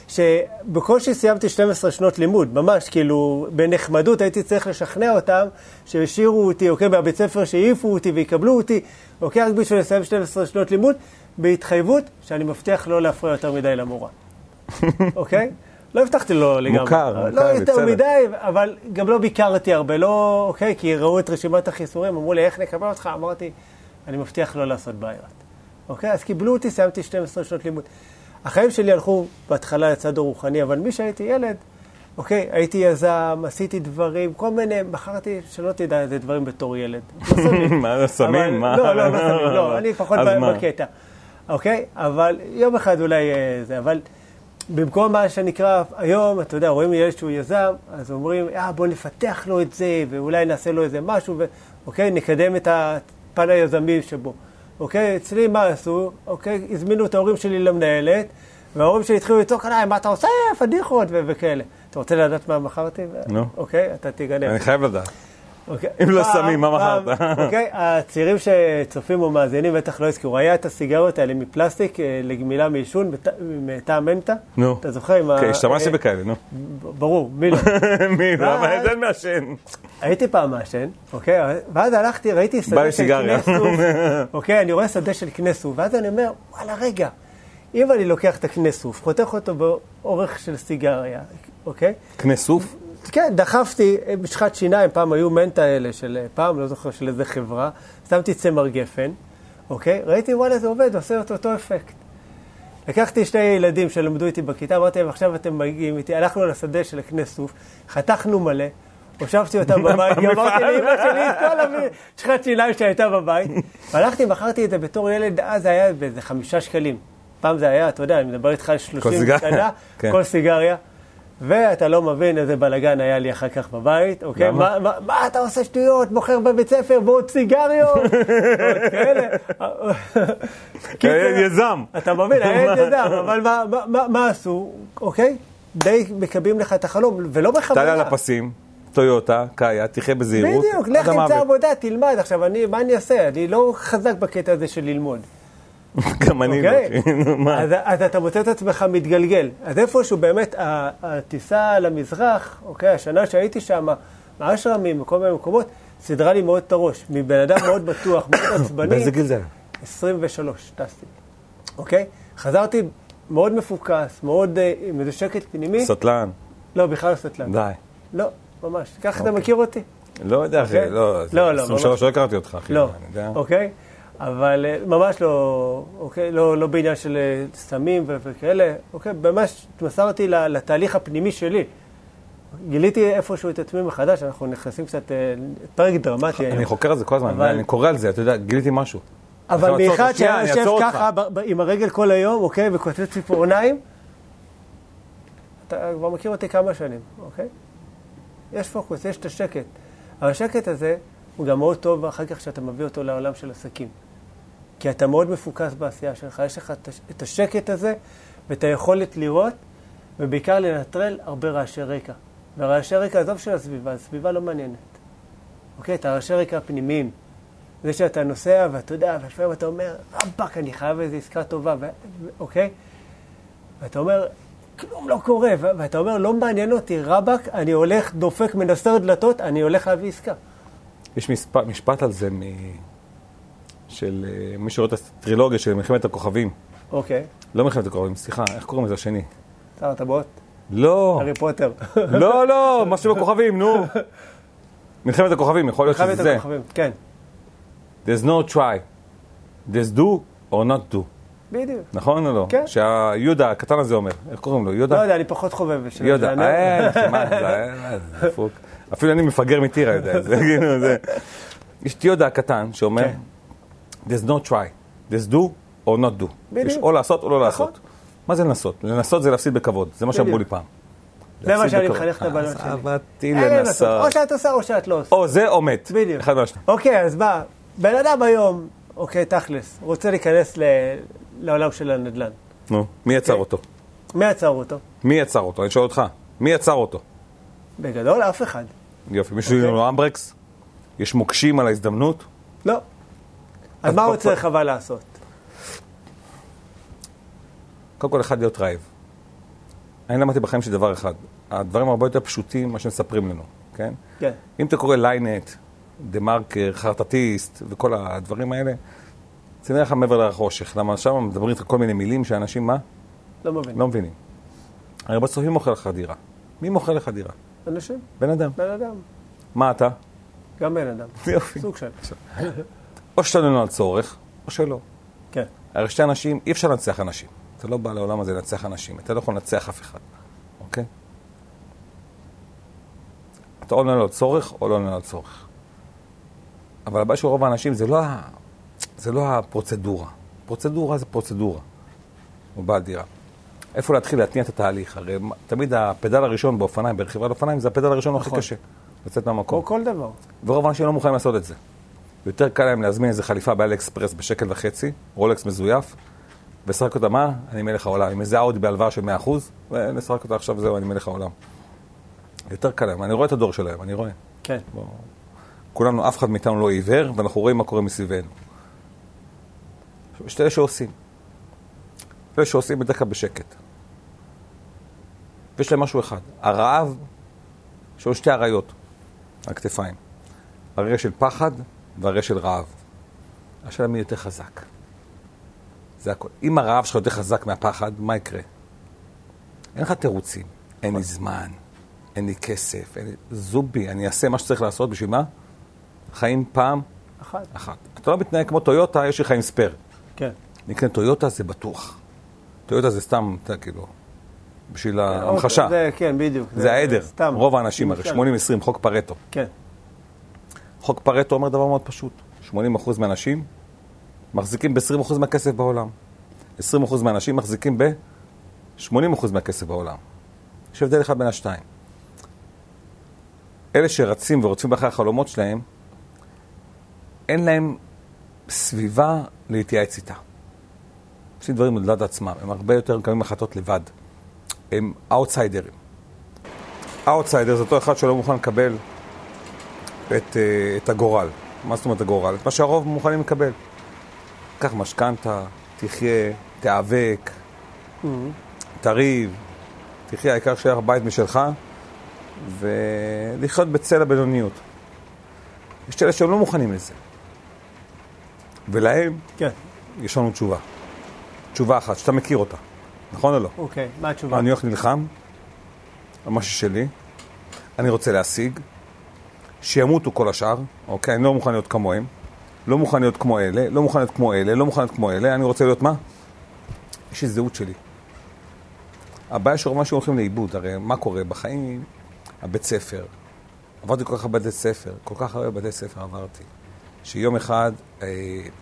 שבקושי סיימתי שתים עשרה שנות לימוד, ממש, כאילו, בנחמדות הייתי צריך לשכנע אותם, שהשאירו אותי, אוקיי? בבית ספר שהעיפו אותי ויקבלו אותי, אוקיי? רק בשביל לסיים שתים עשרה שנות לימוד, בהתחייבות שאני מבטיח לא להפריע יותר מדי למורה. אוקיי? לא הבטחתי לו לגמרי. מוכר, לא יותר מדי, אבל גם לא ביקרתי הרבה, לא, אוקיי, כי ראו את רשימת החיסורים, אמרו לי, איך נקבל אותך? אמרתי, אני מבטיח לא לעשות בעיות. אוקיי, אז קיבלו אותי, סיימתי שתים עשרה שנות לימוד. החיים שלי הלכו בהתחלה לצד הרוחני, אבל מי שהייתי ילד, אוקיי, הייתי יזם, עשיתי דברים, כל מיני, בחרתי שלא תדע איזה דברים בתור ילד. לא סמים. מה, לא סמים? מה? לא, לא, לא סמים, לא, אני לפחות בקטע. אוקיי, אבל יום אחד אולי זה, אבל... במקום מה שנקרא היום, אתה יודע, רואים ילד שהוא יזם, אז אומרים, אה, בוא נפתח לו את זה, ואולי נעשה לו איזה משהו, ו... אוקיי, נקדם את הפן היזמי שבו. אוקיי, אצלי מה עשו? אוקיי, הזמינו את ההורים שלי למנהלת, וההורים שלי התחילו לצעוק עליי, מה אתה עושה? פדיחות ו- וכאלה. אתה רוצה לדעת מה מכרתי? נו. אוקיי, אתה תיגנב. אני חייב לדעת. אם לא שמים, מה מכרת? אוקיי, הצעירים שצופים או מאזינים בטח לא הזכירו, היה את הסיגריות האלה מפלסטיק לגמילה מעישון, מטעם מנטה. נו. אתה זוכר עם ה... כן, השתמשתי בכאלה, נו. ברור, מי לא? מי לא, אבל עדיין מעשן. הייתי פעם מעשן, אוקיי, ואז הלכתי, ראיתי שדה של כנסוף, אוקיי, אני רואה שדה של כנסוף, ואז אני אומר, וואלה, רגע, אם אני לוקח את הכנסוף, חותך אותו באורך של סיגריה, אוקיי? כנסוף? כן, דחפתי משחת שיניים, פעם היו מנטה האלה של פעם, לא זוכר של איזה חברה, שמתי צמר גפן, אוקיי? ראיתי, וואלה, זה עובד, עושה את אותו אפקט. לקחתי שני ילדים שלמדו איתי בכיתה, אמרתי להם, עכשיו אתם מגיעים איתי, הלכנו לשדה של הכנסוף, חתכנו מלא, הושבתי אותם בבית, גמרתי לאמא שלי את כל המשחת שיניים שהייתה בבית, והלכתי, מכרתי את זה בתור ילד, אז זה היה באיזה חמישה שקלים. פעם זה היה, אתה יודע, אני מדבר איתך על שלושים שנה, כל סיגריה. ואתה לא מבין איזה בלגן היה לי אחר כך בבית, אוקיי? מה, מה, מה אתה עושה שטויות? מוכר בבית ספר ועוד סיגריות? כאלה. יזם. אתה מבין, היה יזם, אבל מה, מה, מה עשו? אוקיי? די מקבים לך את החלום, ולא בכוונה. תעלה על הפסים, טויוטה, קאיה, תחיה בזהירות. בדיוק, לך תמצא עבודה, תלמד. עכשיו, אני, מה אני אעשה? אני לא חזק בקטע הזה של ללמוד. גם אני לא. אז אתה מוצא את עצמך מתגלגל. אז איפשהו באמת הטיסה למזרח, אוקיי, השנה שהייתי שם, מהאשרמים, מכל מיני מקומות, סדרה לי מאוד את הראש. מבן אדם מאוד בטוח, מאוד עצבני. באיזה גיל זה? עשרים ושלוש, טסתי. אוקיי? חזרתי מאוד מפוקס, מאוד עם איזה שקט פנימי. סטלן. לא, בכלל לא סטלן. די. לא, ממש. ככה אתה מכיר אותי? לא יודע, אחי. לא, לא. עשרים ושלוש לא הכרתי אותך, אחי. לא, אוקיי? אבל ממש לא, אוקיי, לא, לא בעניין של סמים וכאלה, אוקיי, ממש מסרתי לתהליך הפנימי שלי. גיליתי איפשהו את עצמי מחדש, אנחנו נכנסים קצת, פרק דרמטי. אני חוקר על זה כל הזמן, אני קורא על זה, אתה יודע, גיליתי משהו. אבל מאחד שהיה יושב ככה עם הרגל כל היום, אוקיי, וכותב ציפורניים, אתה כבר מכיר אותי כמה שנים, אוקיי? יש פוקוס, יש את השקט. אבל השקט הזה הוא גם מאוד טוב אחר כך שאתה מביא אותו לעולם של עסקים. כי אתה מאוד מפוקס בעשייה שלך, יש לך את השקט הזה ואת היכולת לראות, ובעיקר לנטרל הרבה רעשי רקע. והרעשי רקע, עזוב של הסביבה, הסביבה לא מעניינת. אוקיי, את הרעשי רקע הפנימיים. זה שאתה נוסע ואתה יודע, ולפעמים אתה אומר, רבק, אני חייב איזו עסקה טובה, ו... אוקיי? ואתה אומר, כלום לא קורה, ו... ואתה אומר, לא מעניין אותי, רבק, אני הולך, דופק, מנסר דלתות, אני הולך להביא עסקה. יש משפט, משפט על זה מ... של מי שרואה את הטרילוגיה של מלחמת הכוכבים. אוקיי. לא מלחמת הכוכבים, סליחה, איך קוראים לזה השני? שר הטבעות? לא. הארי פוטר. לא, לא, משהו בכוכבים, נו. מלחמת הכוכבים, יכול להיות שזה זה. מלחמת הכוכבים, כן. There's no try. There's do or not do. בדיוק. נכון או לא? כן. שהיהודה הקטן הזה אומר. איך קוראים לו? יהודה? לא יודע, אני פחות חובב. יהודה. אה, מה זה? פוק. אפילו אני מפגר מטירה, יודע. זה, יש את יהודה הקטן שאומר, there's no try. There's do or not do. יש או לעשות או לא לעשות. מה זה לנסות? לנסות זה להפסיד בכבוד. זה מה שאמרו לי פעם. זה מה שאני מחנך את הבנות שלי. עבדתי לנסות. או שאת עושה או שאת לא עושה. או זה או מת. בדיוק. אחד מהשני. אוקיי, אז בא, בן אדם היום, אוקיי, תכלס, רוצה להיכנס לעולם של הנדל"ן. נו, מי יצר אותו? מי יצר אותו? מי יצר אותו? אני שואל אותך. מי יצר אותו? בגדול, אף אחד. יופי, מישהו יש לנו אמברקס? יש מוקשים על ההזדמנות? לא. אז מה הוא צריך אבל לעשות? קודם כל אחד להיות רעב. אני למדתי בחיים של דבר אחד. הדברים הרבה יותר פשוטים מה שמספרים לנו, כן? כן. אם אתה קורא ליינט, דה מרקר, חרטטיסט וכל הדברים האלה, זה נראה לך מעבר לחושך. למה שם מדברים איתך כל מיני מילים שאנשים, מה? לא מבינים. לא מבינים. הרי בסוף מי מוכר לך דירה? מי מוכר לך דירה? אנשים. בן אדם. בן אדם. מה אתה? גם בן אדם. יופי. סוג של. או שאתה לנו על צורך, או שלא. כן. הרי שתי אנשים, אי אפשר לנצח אנשים. אתה לא בא לעולם הזה לנצח אנשים. אתה לא יכול לנצח אף אחד. אוקיי? אתה או לא על צורך, או לא על צורך. אבל הבעיה של רוב האנשים זה לא, ה... זה לא הפרוצדורה. פרוצדורה זה פרוצדורה. הוא בעל דירה. איפה להתחיל להתניע את התהליך? הרי תמיד הפדל הראשון באופניים, ברכיבה על אופניים, זה הפדל הראשון הכי קשה. לצאת מהמקום. כל דבר. ורוב האנשים לא מוכנים לעשות את זה. יותר קל להם להזמין איזו חליפה באלי אקספרס בשקל וחצי, רולקס מזויף, ושחק אותה מה? אני מלך העולם. עם איזה אאודי בהלוואה של מאה אחוז, ונשחק אותה עכשיו, זהו, אני מלך העולם. יותר קל להם. אני רואה את הדור שלהם, אני רואה. כן. בוא. כולנו, אף אחד מאיתנו לא עיוור, ואנחנו רואים מה קורה מסביבנו. יש אלה שעושים. אלה שעושים בדרך כלל בשקט. ויש להם משהו אחד. הרעב, יש לו שתי הרעיות, הכתפיים. הרעי של פחד והרעי של רעב. השאלה מי יותר חזק. זה הכל. אם הרעב שלך יותר חזק מהפחד, מה יקרה? אין לך תירוצים. אין לי זמן, אין לי כסף, אין לי... זובי, אני אעשה מה שצריך לעשות בשביל מה? חיים פעם? אחת. אחת. אתה לא מתנהג כמו טויוטה, יש לי חיים ספר. כן. נקרא טויוטה זה בטוח. טויוטה זה סתם, אתה כאילו, בשביל ההמחשה. זה, כן, בדיוק. זה העדר. רוב האנשים, הרי שמונים עשרים, חוק פרטו. כן. חוק פרטו אומר דבר מאוד פשוט. שמונים אחוז מהאנשים מחזיקים ב-עשרים אחוז מהכסף בעולם. עשרים אחוז מהאנשים מחזיקים ב-שמונים אחוז מהכסף בעולם. יש הבדל אחד בין השתיים. אלה שרצים ורוצים באחרי החלומות שלהם, אין להם סביבה להתייעץ איתה. עושים דברים לדעת עצמם. הם הרבה יותר מקבלים החלטות לבד. הם אאוטסיידרים. אאוטסיידר זה אותו אחד שלא מוכן לקבל את, את הגורל. מה זאת אומרת הגורל? את מה שהרוב מוכנים לקבל. קח משכנתה, תחיה, תיאבק, mm-hmm. תריב, תחיה, העיקר שיהיה בית משלך, ולחיות בצל הבינוניות. יש כאלה שהם לא מוכנים לזה. ולהם, כן. יש לנו תשובה. תשובה אחת, שאתה מכיר אותה. נכון או לא? אוקיי, מה התשובה? אני הולך נלחם, על משהו שלי, אני רוצה להשיג, שימותו כל השאר, אוקיי? אני לא מוכן להיות כמוהם, לא מוכן להיות כמו אלה, לא מוכן להיות כמו אלה, לא מוכן להיות כמו אלה, אני רוצה להיות מה? יש לי זהות שלי. הבעיה שרוב מה שהולכים לאיבוד, הרי מה קורה בחיים? הבית ספר. עברתי כל כך הרבה בתי ספר, כל כך הרבה בתי ספר עברתי. שיום אחד, אה,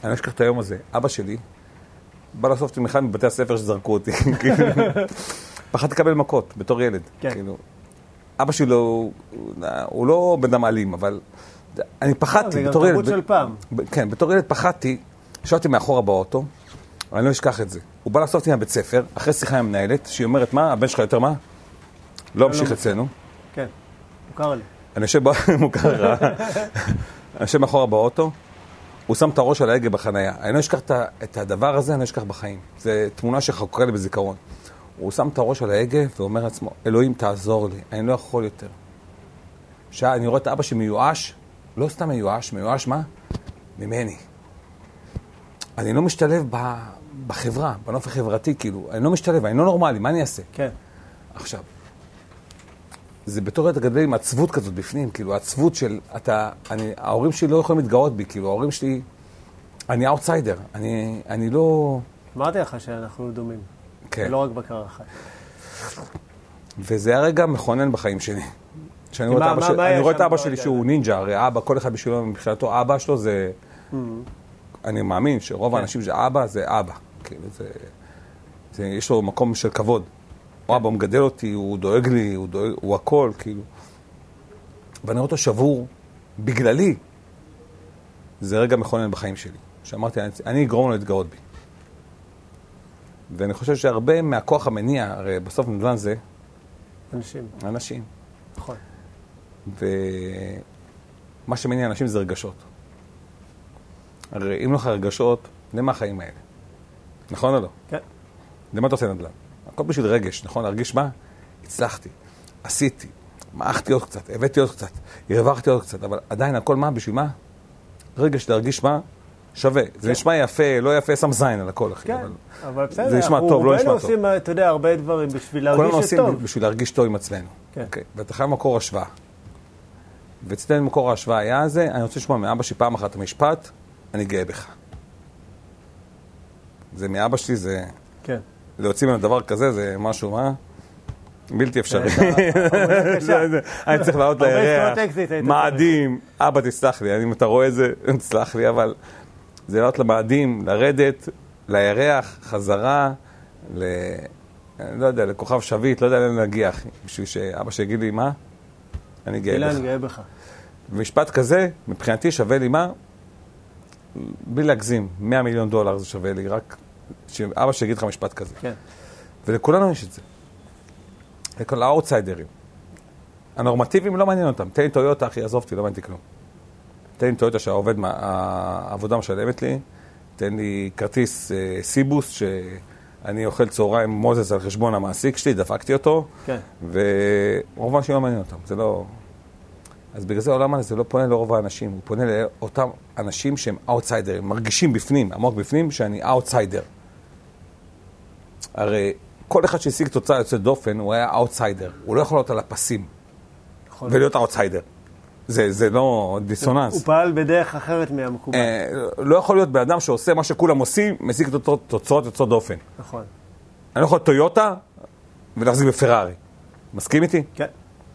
אני לא אשכח את היום הזה. אבא שלי בא לאסוף אותי מאחד מבתי הספר שזרקו אותי. פחד לקבל מכות בתור ילד. כן. כאילו, אבא שלי לא, הוא לא בן אדם אלים, אבל אני פחדתי בתור ילד. זה גם תרבות של פעם. כן, בתור ילד פחדתי, ישבתי מאחורה באוטו, אני לא אשכח את זה. הוא בא לאסוף אותי מהבית ספר, אחרי שיחה עם המנהלת, שהיא אומרת, מה, הבן שלך יותר מה? לא המשיך אצלנו. כן, מוכר לי. אני יושב, מוכר רע. אני יושב מאחורה באוטו, הוא שם את הראש על ההגה בחנייה. אני לא אשכח את הדבר הזה, אני לא אשכח בחיים. זו תמונה שחקרה לי בזיכרון. הוא שם את הראש על ההגה ואומר לעצמו, אלוהים תעזור לי, אני לא יכול יותר. שעה, אני רואה את אבא שמיואש, לא סתם מיואש, מיואש מה? ממני. אני לא משתלב בחברה, בנוף החברתי, כאילו, אני לא משתלב, אני לא נורמלי, מה אני אעשה? כן. עכשיו, זה בתור ילד גדל עם עצבות כזאת בפנים, כאילו, עצבות של, אתה, אני, ההורים שלי לא יכולים להתגאות בי, כאילו, ההורים שלי, אני אאוטסיידר, אני, אני לא... אמרתי לך שאנחנו דומים. כן. לא רק בקרה אחת. וזה היה רגע מכונן בחיים שלי. שאני רואה את אבא שלי, אני רואה את אבא שלי שהוא נינג'ה, הרי אבא, כל אחד בשבילו, מבחינתו, אבא שלו זה... אני מאמין שרוב האנשים שאבא זה אבא. כאילו, זה... זה... יש לו מקום של כבוד. הוא אבא, הוא מגדל אותי, הוא דואג לי, הוא דואג... הוא הכל, כאילו. ואני רואה אותו שבור בגללי. זה רגע מכונן בחיים שלי. שאמרתי, אני אגרום לו להתגאות בי. ואני חושב שהרבה מהכוח המניע, הרי בסוף נדל"ן זה... אנשים. אנשים. נכון. ומה שמניע אנשים זה רגשות. הרי אם לא לך רגשות, למה החיים האלה? נכון או לא? כן. למה אתה עושה נדל"ן? הכל בשביל רגש, נכון? להרגיש מה? הצלחתי, עשיתי, מעכתי עוד קצת, הבאתי עוד קצת, הרווחתי עוד קצת, אבל עדיין הכל מה? בשביל מה? רגש להרגיש מה? שווה. זה נשמע יפה, לא יפה, שם זין על הכל, אחי. כן, אבל בסדר. זה נשמע טוב, לא נשמע טוב. עושים, אתה יודע, הרבה דברים בשביל להרגיש טוב. כולנו עושים בשביל להרגיש טוב עם עצמנו. כן. ואתה חייב מקור השוואה. ואצלנו מקור ההשוואה היה הזה, אני רוצה לשמוע מאבא שלי פעם אחת המשפט, אני גאה בך. זה מאבא שלי, זה... כן. להוציא ממנו דבר כזה, זה משהו, מה? בלתי אפשרי. אני צריך לעלות לירח, מאדים, אבא תסלח לי, אם אתה רואה את זה, תסלח לי, אבל זה לעלות למאדים, לרדת, לירח, חזרה, ל... אני לא יודע, לכוכב שביט, לא יודע לאן להגיע, בשביל שאבא שיגיד לי, מה? אני גאה בך. אני גאה בך. ומשפט כזה, מבחינתי שווה לי מה? בלי להגזים, מאה מיליון דולר זה שווה לי, רק שאבא שיגיד לך משפט כזה. כן. ולכולנו יש את זה. לכל האוטסיידרים. הנורמטיביים לא מעניין אותם. תן לי טויוטה, אחי, עזוב אותי, לא מעניין כלום. תן לי טויוטה שהעובד, העבודה משלמת לי, תן לי כרטיס אה, סיבוס, שאני אוכל צהריים מוזס על חשבון המעסיק שלי, דפקתי אותו, כן. ורוב האנשים לא מעניין אותם. זה לא... אז בגלל זה העולם הזה לא פונה לרוב האנשים, הוא פונה לאותם אנשים שהם אאוטסיידרים, מרגישים בפנים, עמוק בפנים, שאני אאוטסיידר. הרי כל אחד שהשיג תוצאה יוצאת דופן, הוא היה אאוטסיידר. הוא לא יכול להיות על הפסים נכון. ולהיות אאוטסיידר. זה, זה לא דיסוננס. הוא פעל בדרך אחרת מהמקובל. אה, לא יכול להיות באדם שעושה מה שכולם עושים, משיג תוצאות יוצאות דופן. נכון. אני לא יכול להיות טויוטה ולהחזיק בפרארי. מסכים איתי? כן.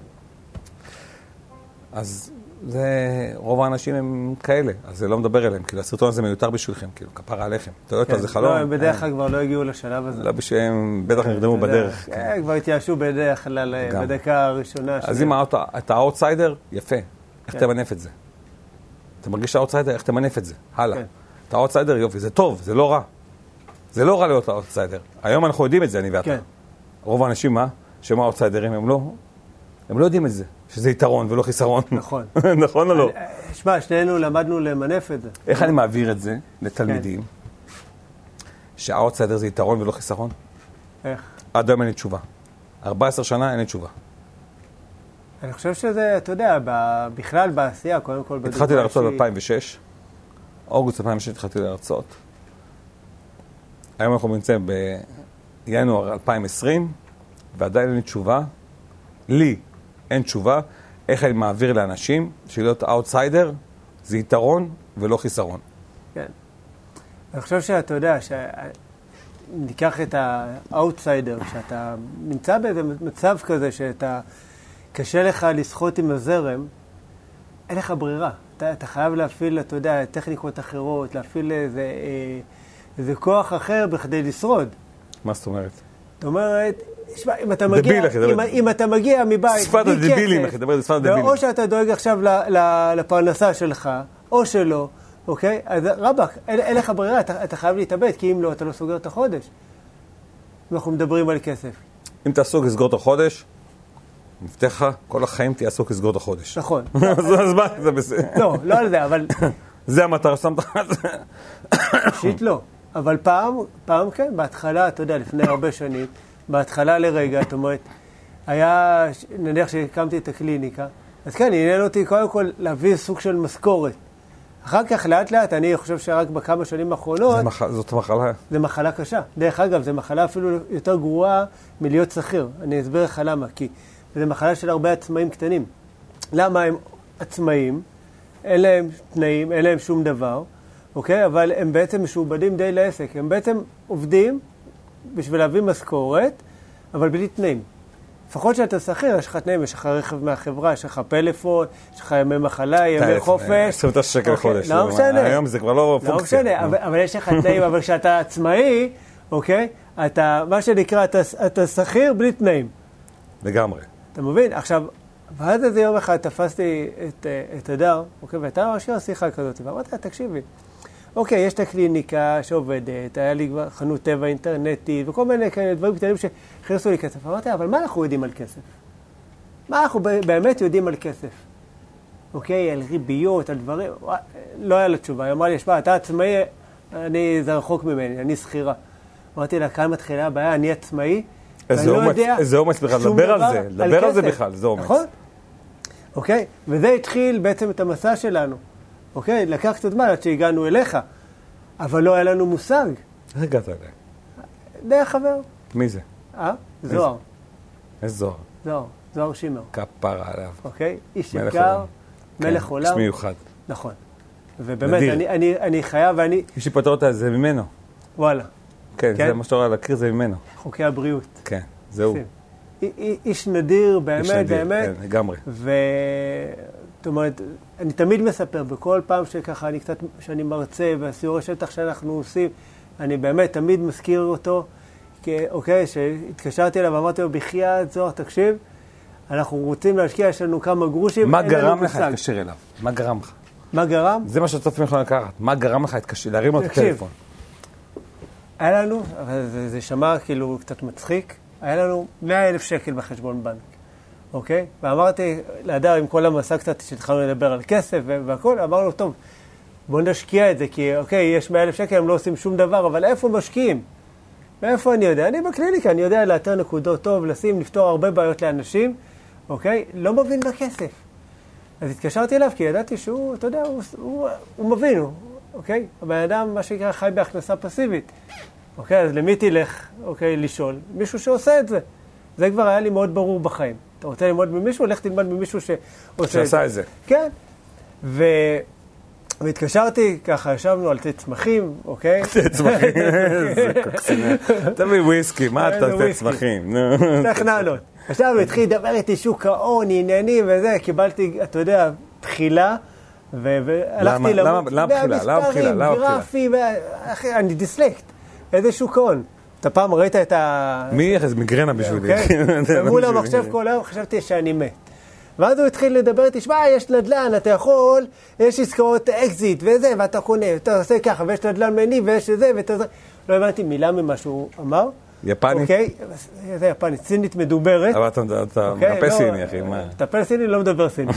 אז זה, רוב האנשים הם כאלה, אז זה לא מדבר אליהם, כאילו הסרטון הזה מיותר בשבילכם, כאילו כפרה עליכם. טויוטה זה חלום. לא, הם בדרך כלל כבר לא הגיעו לשלב הזה. לא בשביל, בטח נרדמו בדרך. כן, כבר התייאשו בדרך כלל, בדקה הראשונה. אז אם אתה האוטסיידר, יפה. איך תמנף את זה? אתה מרגיש האוטסיידר, איך תמנף את זה? הלאה. אתה האוטסיידר, יופי, זה טוב, זה לא רע. זה לא רע להיות האוטסיידר. היום אנחנו יודעים את זה, אני ואתה. רוב האנשים, מה? שהם האוטסיידרים, הם לא... הם לא יודעים את זה, שזה יתרון ולא חיסרון. נכון. נכון או לא? שמע, שנינו למדנו למנף את זה. איך אני מעביר את זה לתלמידים? שהאוטסיידר זה יתרון ולא חיסרון? איך? עד היום אין לי תשובה. ארבע עשרה שנה אין לי תשובה. אני חושב שזה, אתה יודע, בכלל בעשייה, קודם כל... התחלתי להרצות ב-אלפיים ושש. אוגוסט אלפיים ושש התחלתי להרצות. היום אנחנו נמצאים בינואר אלפיים ועשרים, ועדיין אין לי תשובה. לי אין תשובה, איך אני מעביר לאנשים שלהיות אאוטסיידר זה יתרון ולא חיסרון. כן. אני חושב שאתה יודע, שניקח את האאוטסיידר, שאתה נמצא באיזה מצב כזה שאתה, קשה לך לשחות עם הזרם, אין לך ברירה. אתה, אתה חייב להפעיל, אתה יודע, טכניקות אחרות, להפעיל איזה, אה, איזה כוח אחר בכדי לשרוד. מה זאת אומרת? זאת אומרת, שמה, אם אתה מגיע, דביל, אחי, אם, אם אתה מגיע מבית, שפת הדבילים, אחי, דבר על שפת הדבילים. או שאתה דואג עכשיו ל, ל, לפרנסה שלך, או שלא, אוקיי? אז רבק, אין, אין לך ברירה, אתה, אתה חייב להתאבד, כי אם לא, אתה לא סוגר את החודש. אנחנו מדברים על כסף. אם אתה עסוק לסגור את החודש, מבטיח לך, כל החיים תהיה עסוק לסגור את החודש. נכון. אז מה, זה בסדר. לא, לא על זה, אבל... זה המטרה ששמת על זה. אישית לא. אבל פעם, פעם כן, בהתחלה, אתה יודע, לפני הרבה שנים, בהתחלה לרגע, זאת אומרת, היה, נניח שהקמתי את הקליניקה, אז כן, עניין אותי קודם כל להביא סוג של משכורת. אחר כך, לאט לאט, אני חושב שרק בכמה שנים האחרונות... זה מח... זאת מחלה. זה מחלה קשה. דרך אגב, זו מחלה אפילו יותר גרועה מלהיות שכיר. אני אסביר לך למה, כי זו מחלה של הרבה עצמאים קטנים. למה הם עצמאים? אין להם תנאים, אין להם שום דבר, אוקיי? אבל הם בעצם משועבדים די לעסק. הם בעצם עובדים בשביל להביא משכורת, אבל בלי תנאים. לפחות שאתה שכיר, יש לך תנאים, יש לך רכב מהחברה, יש לך פלאפון, יש לך ימי מחלה, ימי חופש. עשרים שקל חודש. לא משנה. היום זה כבר לא פונקציה. לא משנה, אבל יש לך תנאים, אבל כשאתה עצמאי, אוקיי? אתה, מה שנקרא, אתה שכיר בלי תנאים. לגמרי. אתה מבין? עכשיו, ואז איזה יום אחד תפסתי את הדר, אוקיי? ואתה משאיר שיחה כזאת, ואמרתי, תקשיבי. אוקיי, יש את הקליניקה שעובדת, היה לי כבר חנות טבע אינטרנטית, וכל מיני כאלה דברים קטנים שהכניסו לי כסף. אמרתי, אבל מה אנחנו יודעים על כסף? מה אנחנו באמת יודעים על כסף? אוקיי, על ריביות, על דברים, לא היה לה תשובה. היא אמרה לי, שמה, אתה עצמאי, אני, זה רחוק ממני, אני שכירה. אמרתי לה, כאן מתחילה הבעיה, אני עצמאי, איזה אומץ, איזה אומץ בכלל, לדבר על זה, לדבר על זה בכלל, זה אומץ. נכון? אוקיי, וזה התחיל בעצם את המסע שלנו. אוקיי, לקח קצת זמן עד שהגענו אליך, אבל לא היה לנו מושג. איך הגעת אליי? די חבר. מי זה? אה? זוהר. איזה זוהר? זוהר, זוהר שימר. כפרה עליו. אוקיי, איש יקר, מלך עולם. איש מיוחד. נכון. ובאמת, אני חייב ואני... יש לי פתרות על זה ממנו. וואלה. כן, זה מה שאתה רואה להכיר זה ממנו. חוקי הבריאות. כן, זהו. איש נדיר, באמת, באמת. כן, לגמרי. זאת אומרת, אני תמיד מספר, בכל פעם שככה אני קצת, שאני מרצה, והסיור השטח שאנחנו עושים, אני באמת תמיד מזכיר אותו, אוקיי, שהתקשרתי אליו ואמרתי לו, בחייאת זוהר, תקשיב, אנחנו רוצים להשקיע, יש לנו כמה גרושים. מה גרם לך להתקשר אליו? מה גרם לך? מה גרם? זה מה שצופים יכולים לקחת. מה גרם לך להתקשר, להרים לו את הטלפון? היה לנו, אבל זה, זה שמע כאילו קצת מצחיק, היה לנו מאה אלף שקל בחשבון בנק. אוקיי? ואמרתי להדר עם כל המסע קצת שהתחלנו לדבר על כסף והכל, אמרנו, טוב, בואו נשקיע את זה, כי אוקיי, יש מאה אלף שקל, הם לא עושים שום דבר, אבל איפה משקיעים? מאיפה אני יודע? אני בקליניקה, אני יודע לאתר נקודות טוב, לשים, לפתור הרבה בעיות לאנשים, אוקיי? לא מבין בכסף. אז התקשרתי אליו, כי ידעתי שהוא, אתה יודע, הוא, הוא, הוא מבין, הוא, אוקיי? הבן אדם, מה שנקרא, חי בהכנסה פסיבית. אוקיי, אז למי תלך, אוקיי, לשאול? מישהו שעושה את זה. זה כבר היה לי מאוד ברור בחיים. אתה רוצה ללמוד ממישהו, הולך תלמד ממישהו שעושה את זה. שעשה את זה. כן. ו... והתקשרתי, ככה ישבנו על תה צמחים, אוקיי? תה צמחים, זה קוקסינה. תביא וויסקי, מה אתה תה צמחים? תכננות. עכשיו הוא התחיל לדבר איתי שוק ההון, עניינים וזה, קיבלתי, אתה יודע, תחילה, והלכתי למה בחילה? למה בחילה? למה גרפים, אחי, אני דיסלקט. איזה שוק ההון? אתה פעם ראית את ה... מי? איך זה מגרנה בשבילי. מול המחשב כל היום חשבתי שאני מת. ואז הוא התחיל לדבר איתי, שמע, יש נדל"ן, אתה יכול, יש עסקאות אקזיט וזה, ואתה קונה, אתה עושה ככה, ויש נדל"ן מניב, ויש זה, ואתה... לא הבנתי מילה ממה שהוא אמר. יפנית? אוקיי, זה יפנית, סינית מדוברת. אבל אתה מטפל סיני, אחי, מה? מטפל סיני, לא מדבר סיני.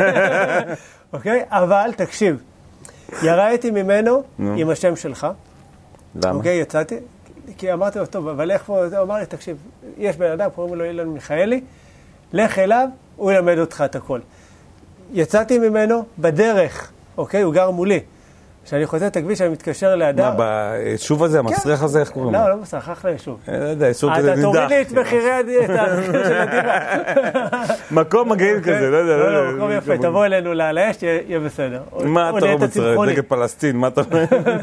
אוקיי, אבל תקשיב, ירדתי ממנו עם השם שלך. למה? אוקיי, יצאתי, כי אמרתי לו, טוב, אבל איך פה, הוא אמר לי, תקשיב, יש בן אדם, קוראים לו אילן מיכאלי, לך אליו, הוא ילמד אותך את הכל. יצאתי ממנו בדרך, אוקיי, הוא גר מולי. כשאני חוזר את הכביש, אני מתקשר לאדם. מה, ביישוב הזה, המסריח הזה, איך קוראים לו? לא, לא מסריח, אחלה יישוב. לא יודע, יישוב כזה נידח. אתה תוריד לי את מחירי המחיר של הדירה. מקום מגעיל כזה, לא יודע. לא, לא, מקום יפה, תבוא אלינו לאש, יהיה בסדר. מה אתה לא מצריך? נגד פלסטין, מה אתה אומר?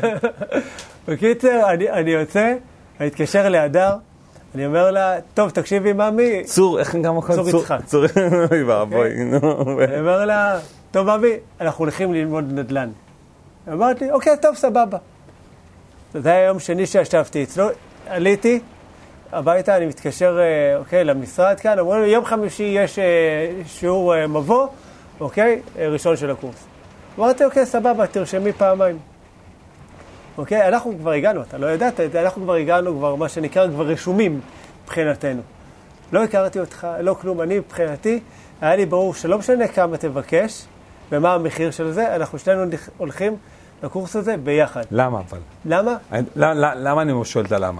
בקיצר, אני יוצא, אני אתקשר להדר, אני אומר לה, טוב, תקשיבי, מאמי. צור, איך גם מקום? צור יצחק. צור, אוי ואבוי, נו. אני אומר לה, טוב, אבי, אנחנו הולכים ללמוד נדל"ן. אמרתי, אוקיי, טוב, סבבה. זה היה יום שני שישבתי אצלו, עליתי הביתה, אני מתקשר, אוקיי, למשרד כאן, אמרו לי, יום חמישי יש שיעור מבוא, אוקיי, ראשון של הקורס. אמרתי, אוקיי, סבבה, תרשמי פעמיים. אוקיי, אנחנו כבר הגענו, אתה לא ידעת, אנחנו כבר הגענו, כבר מה שנקרא, כבר רשומים מבחינתנו. לא הכרתי אותך, לא כלום, אני מבחינתי, היה לי ברור שלא משנה כמה תבקש, ומה המחיר של זה, אנחנו שנינו הולכים לקורס הזה ביחד. למה אבל? למה? אני, למה, למה אני שואל את הלמה?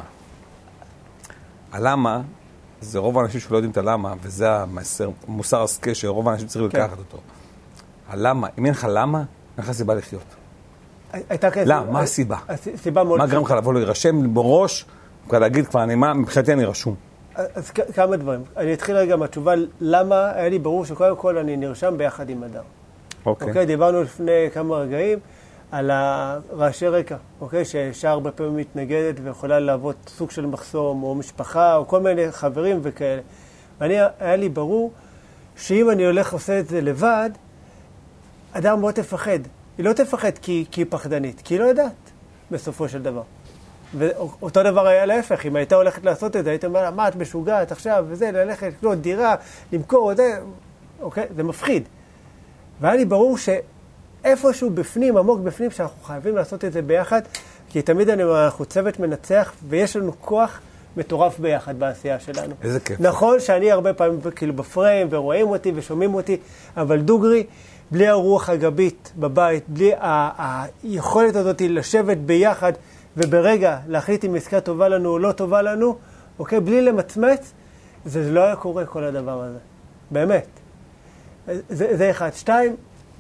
הלמה זה רוב האנשים שלא יודעים את הלמה, וזה המסר, המוסר הסקה שרוב האנשים צריכים כן. לקחת אותו. הלמה, אם אין לך למה, אין לך סיבה לחיות. הייתה כזה... למה? מה הסיבה? הסיבה מאוד... מה גרם לך לבוא להירשם בראש, להגיד כבר, אני, מה, מבחינתי אני רשום. אז כמה דברים. אני אתחיל רגע מהתשובה, למה היה לי ברור שקודם כל אני נרשם ביחד עם אדם. אוקיי. אוקיי, דיברנו לפני כמה רגעים על הרעשי רקע, אוקיי, שאישה הרבה פעמים מתנגדת ויכולה לעבוד סוג של מחסום או משפחה או כל מיני חברים וכאלה. ואני, היה לי ברור שאם אני הולך עושה את זה לבד, אדם מאוד תפחד. היא לא תפחד כי, כי היא פחדנית, כי היא לא יודעת בסופו של דבר. ואותו דבר היה להפך, אם הייתה הולכת לעשות את זה, היית אומר, מה את משוגעת עכשיו וזה, ללכת לקנות דירה, למכור, זה, אוקיי, זה מפחיד. והיה לי ברור שאיפשהו בפנים, עמוק בפנים, שאנחנו חייבים לעשות את זה ביחד, כי תמיד אנחנו צוות מנצח, ויש לנו כוח מטורף ביחד בעשייה שלנו. איזה כיף. נכון שאני הרבה פעמים כאילו בפריים, ורואים אותי ושומעים אותי, אבל דוגרי, בלי הרוח הגבית בבית, בלי היכולת הזאת לשבת ביחד, וברגע להחליט אם עסקה טובה לנו או לא טובה לנו, אוקיי, בלי למצמץ, זה לא היה קורה כל הדבר הזה. באמת. זה, זה אחד. שתיים,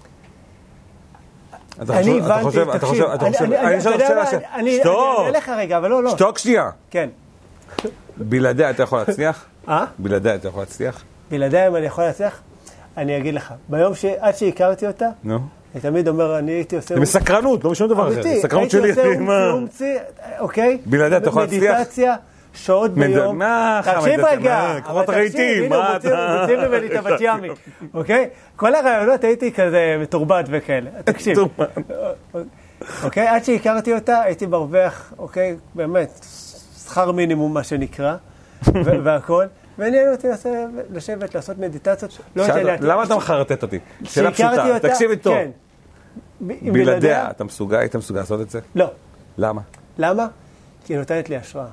אני הבנתי, תקשיב, אני אשאל אותך שאלה, שתוק, אני אלך רגע, אבל לא, לא. שתוק שנייה. כן. בלעדיה אתה יכול להצליח? אה? בלעדיה אתה יכול להצליח? בלעדיה אם אני יכול להצליח? אני אגיד לך, ביום שעד שהכרתי אותה, נו. אני תמיד אומר, אני הייתי עושה... זה מסקרנות, לא משום דבר אחר. סקרנות שלי. הייתי עושה אומצי, אוקיי? בלעדיה אתה יכול להצליח? מדיטציה, שעות ביום. מה? תקשיב רגע. קרובות רהיטים, מה אתה? מוצאים ממני את הבת ימי, אוקיי? כל הרעיונות הייתי כזה מתורבת וכאלה. תקשיב. אוקיי? עד שהכרתי אותה, הייתי מרוויח, אוקיי? באמת, שכר מינימום מה שנקרא, והכל. ועניין אותי לשבת, לעשות מדיטציות. למה אתה מחרטט אותי? שאלה פשוטה, תקשיבי טוב. בלעדיה, אתה מסוגל, היית מסוגל לעשות את זה? לא. למה? למה? כי היא נותנת לי השראה.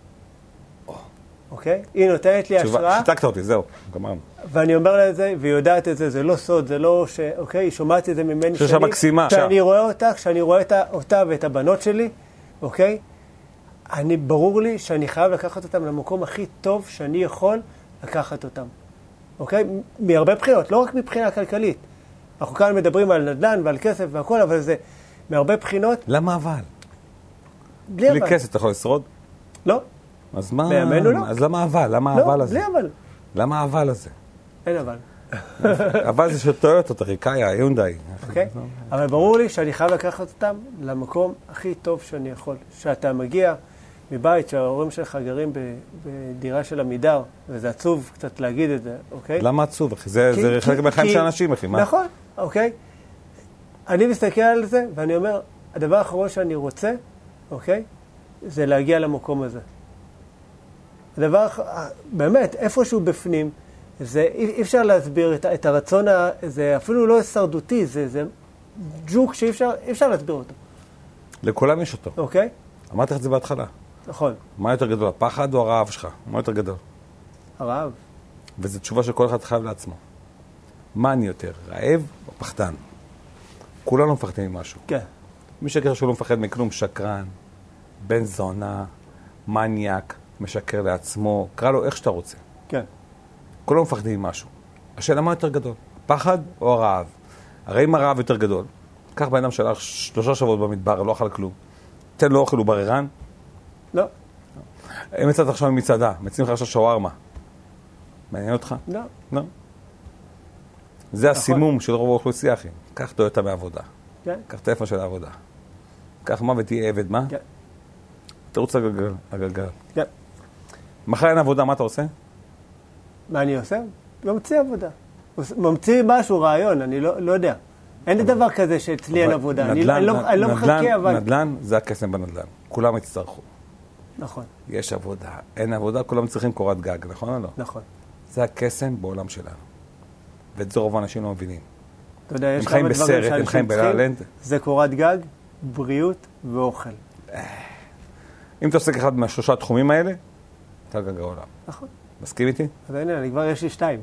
אוקיי? היא נותנת לי השראה. שיתקת אותי, זהו, גמרנו. ואני אומר לה את זה, והיא יודעת את זה, זה לא סוד, זה לא ש... אוקיי? היא שומעת את זה ממני שני. ששה מקסימה. כשאני רואה אותה, כשאני רואה אותה ואת הבנות שלי, אוקיי? אני, ברור לי שאני חייב לקחת אותם למקום הכי טוב שאני יכול לקחת אותם. אוקיי? מהרבה בחינות, לא רק מבחינה כלכלית. אנחנו כאן מדברים על נדל"ן ועל כסף והכל, אבל זה מהרבה בחינות. למה אבל? בלי אבל. בלי כסף אתה יכול לשרוד? לא. אז מה? בימינו לא. אז למה אבל? למה לא, אבל הזה? בלי אבל. למה אבל הזה? אין אבל. אבל זה של טויוטה, טריקאיה, יונדאי. אוקיי? אבל ברור לי שאני חייב לקחת אותם למקום הכי טוב שאני יכול. שאתה מגיע מבית שההורים שלך גרים בדירה של עמידר, וזה עצוב קצת להגיד את זה, אוקיי? למה עצוב, אחי? זה חלק מהחיים של אנשים, אחי, מה? נכון, אוקיי? אני מסתכל על זה, ואני אומר, הדבר האחרון שאני רוצה, אוקיי? זה להגיע למקום הזה. הדבר, באמת, איפשהו בפנים, זה, אי אפשר להסביר את, את הרצון, זה אפילו לא שרדותי, זה, זה ג'וק שאי אפשר, אי אפשר להסביר אותו. לכולם יש אותו. אוקיי? אמרתי לך את זה בהתחלה. נכון. מה יותר גדול, הפחד או הרעב שלך? מה יותר גדול? הרעב. וזו תשובה שכל אחד חייב לעצמו. מה אני יותר, רעב או פחדן? כולנו מפחדים ממשהו. כן. מי שכר שהוא לא מפחד מכלום, שקרן, בן זונה, מניאק, משקר לעצמו, קרא לו איך שאתה רוצה. כן. כולנו מפחדים ממשהו. השאלה מה יותר גדול, פחד או הרעב? הרי אם הרעב יותר גדול, כך בן אדם שהלך שלושה שבועות במדבר, לא אכל כלום. תן לו אוכל, הוא בררן? לא. אם יצאת עכשיו ממצעדה, מציעים לך עכשיו שווארמה. מעניין אותך? לא. לא. זה הסימום של רוב האוכלוסייה, אחי. קח טויוטה מעבודה. כן. קח טלפון של העבודה. קח מה ותהיה עבד, מה? כן. תרוץ הגלגל, הגלגל. כן. מחר אין עבודה, מה אתה עושה? מה אני עושה? ממציא עבודה. ממציא משהו, רעיון, אני לא, לא יודע. אין דבר כזה שאצלי אין עבודה. אני לא מחכה, אבל... נדל"ן זה הקסם בנדל"ן. כולם יצטרכו. נכון. יש עבודה, אין עבודה, כולם צריכים קורת גג, נכון או לא? נכון. זה הקסם בעולם שלנו. ואת זה רוב האנשים לא מבינים. אתה יודע, יש כמה דברים שאנשים צריכים, זה קורת גג, בריאות ואוכל. אם אתה עושה אחד מהשלושה התחומים האלה, אתה גג העולם. נכון. מסכים איתי? אז הנה, אני כבר יש לי שתיים.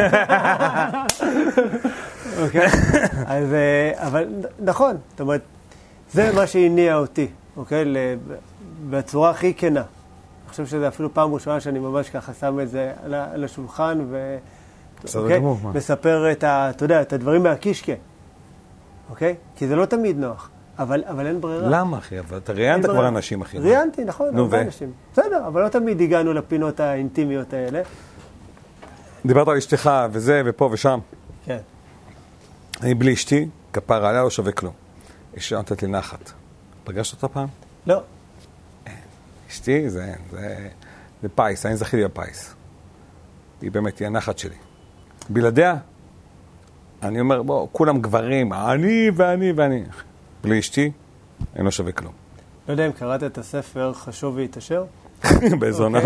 אוקיי? אז, אבל נכון, זאת אומרת, זה מה שהניע אותי, אוקיי? בצורה הכי כנה. אני חושב שזה אפילו פעם ראשונה שאני ממש ככה שם את זה על השולחן, ו... בסדר גמור, מה? מספר את ה... אתה יודע, את הדברים מהקישקה. אוקיי? כי זה לא תמיד נוח. אבל, אבל אין ברירה. למה, אחי? אבל אתה ראיינת כבר אנשים, אחי. ראיינתי, נכון, הרבה אנשים. בסדר, אבל לא תמיד הגענו לפינות האינטימיות האלה. דיברת על אשתך, וזה, ופה ושם. כן. אני בלי אשתי, כפרה עליה לא שווה כלום. אשתי נותנת לי נחת. פגשת אותה פעם? לא. אשתי זה, זה, זה פייס, אני זכיתי בפייס. היא באמת, היא הנחת שלי. בלעדיה, אני אומר, בוא, כולם גברים, אני ואני ואני. בלי אשתי, אין לא שווה כלום. לא יודע אם קראת את הספר חשוב והתעשר? באזונה.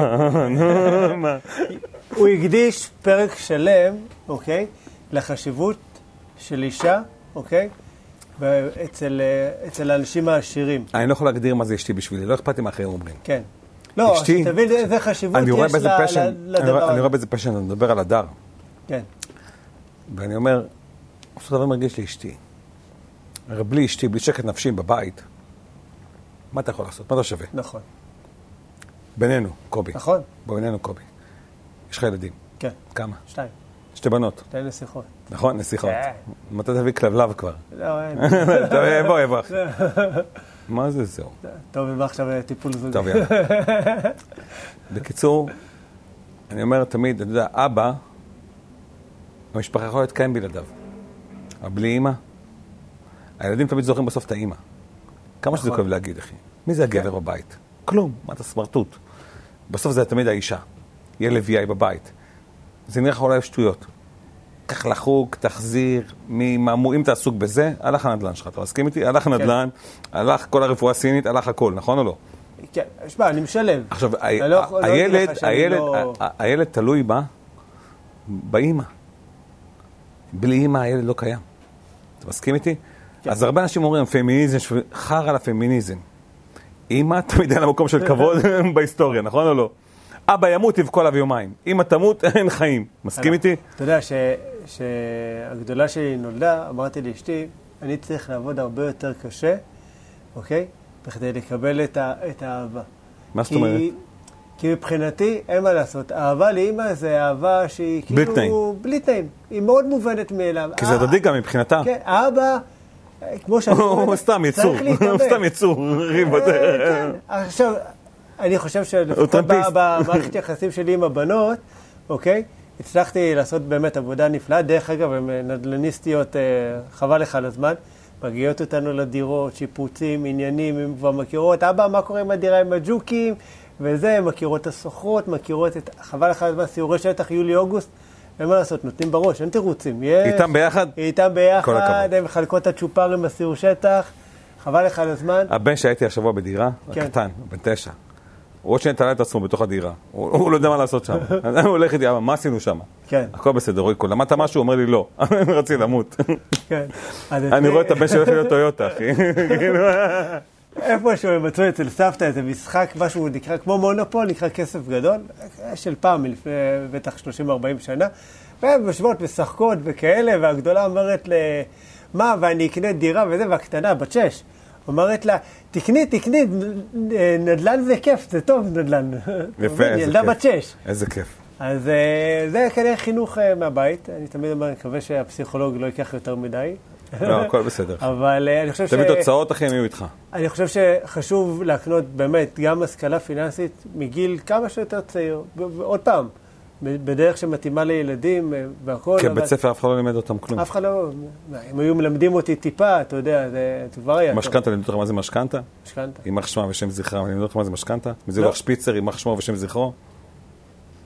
הוא הקדיש פרק שלם, אוקיי, לחשיבות של אישה, אוקיי, אצל האנשים העשירים. אני לא יכול להגדיר מה זה אשתי בשבילי, לא אכפת לי מה אחרים אומרים. כן. לא, שתבין איזה חשיבות יש לדבר. אני רואה באיזה פשן, אני מדבר על הדר. כן. ואני אומר, אותו דבר מרגיש לי אשתי. הרי בלי אשתי, בלי שקט נפשי בבית, מה אתה יכול לעשות? מה אתה שווה? נכון. בינינו, קובי. נכון. בינינו, קובי. יש לך ילדים. כן. כמה? שתיים. שתי בנות. שתי נסיכות. נכון, נסיכות. מתי תביא כלבלב כבר? לא, אין. בוא, בוא, אחי. מה זה זהו? טוב, ובא עכשיו טיפול זוגי. טוב, יאללה. בקיצור, אני אומר תמיד, אתה יודע, אבא, המשפחה יכולה להתקיים בלעדיו. אבל בלי אמא, הילדים תמיד זוכרים בסוף את האמא. כמה שזה כואב להגיד, אחי. מי זה הגבר בבית? כלום, מה אתה סמרטוט? בסוף זה תמיד האישה. יהיה לביאי בבית. זה נראה לך אולי שטויות. כך לחוק, תחזיר, אם אתה עסוק בזה, הלך הנדלן שלך, אתה מסכים איתי? הלך הנדלן, הלך כל הרפואה הסינית, הלך הכל, נכון או לא? כן, שמע, אני משלב. עכשיו, הילד תלוי בה, באמא. בלי אמא הילד לא קיים. אתה מסכים איתי? אז הרבה אנשים אומרים, פמיניזם, חר על הפמיניזם. אמא תמיד אין למקום של כבוד בהיסטוריה, נכון או לא? אבא ימות, יבכו עליו יומיים. אמא תמות, אין חיים. מסכים איתי? אתה יודע שהגדולה שלי נולדה, אמרתי לאשתי, אני צריך לעבוד הרבה יותר קשה, אוקיי? בכדי לקבל את האהבה. מה זאת אומרת? כי מבחינתי, אין מה לעשות. אהבה לאמא זה אהבה שהיא כאילו... בלי תנאים. היא מאוד מובנת מאליו. כי זה הדדי גם מבחינתה. כן, האבא, כמו שאני... הוא סתם יצור. הוא סתם יצור. עכשיו, אני חושב שלפחות במערכת יחסים שלי עם הבנות, אוקיי? הצלחתי לעשות באמת עבודה נפלאה. דרך אגב, הן נדלניסטיות, חבל לך על הזמן. מגיעות אותנו לדירות, שיפוצים, עניינים, הן כבר מכירות. אבא, מה קורה עם הדירה עם הג'וקים? וזה, מכירות את הסוחרות, מכירות את... חבל לך על הזמן, סיורי שטח, יולי-אוגוסט. אין מה לעשות, נותנים בראש, אין תירוצים. איתם ביחד? איתם ביחד, הם מחלקות את הצ'ופרים בסיור שטח. חבל לך על הזמן. הבן שהייתי השבוע בדירה, הקטן, בן תשע. הוא עוד שנתעלה את עצמו בתוך הדירה. הוא לא יודע מה לעשות שם. הוא הולך איתי, מה עשינו שם? כן. הכל בסדר, רואי, למדת משהו? הוא אומר לי לא. אני רציתי למות. כן. אני רואה את הבן שהולך להיות טויוטה, אחי. איפשהו הם מצאו אצל סבתא איזה משחק, משהו נקרא כמו מונופול, נקרא כסף גדול, של פעם, לפני בטח שלושים ארבעים שנה, והם יושבות משחקות וכאלה, והגדולה אומרת למה, ואני אקנה דירה וזה, והקטנה, בת שש, אומרת לה, תקני, תקני, נדל"ן זה כיף, זה טוב נדל"ן. יפה, איזה ילדה כיף. בת שש. איזה כיף. אז זה כנראה חינוך מהבית, אני תמיד אומר, אני מקווה שהפסיכולוג לא ייקח יותר מדי. לא, הכל בסדר. אבל אני חושב ש... תמיד תוצאות אחרים יהיו איתך. אני חושב שחשוב להקנות באמת גם השכלה פיננסית מגיל כמה שיותר צעיר. עוד פעם, בדרך שמתאימה לילדים והכל. כי בבית ספר אף אחד לא לימד אותם כלום. אף אחד לא... הם היו מלמדים אותי טיפה, אתה יודע, זה כבר היה. משכנתה, לימדו אותך מה זה משכנתה? משכנתה. יימח שמה ושם זכרה, לימדו אותך מה זה משכנתה? מזה לך שפיצר, יימח שמו ושם זכרו?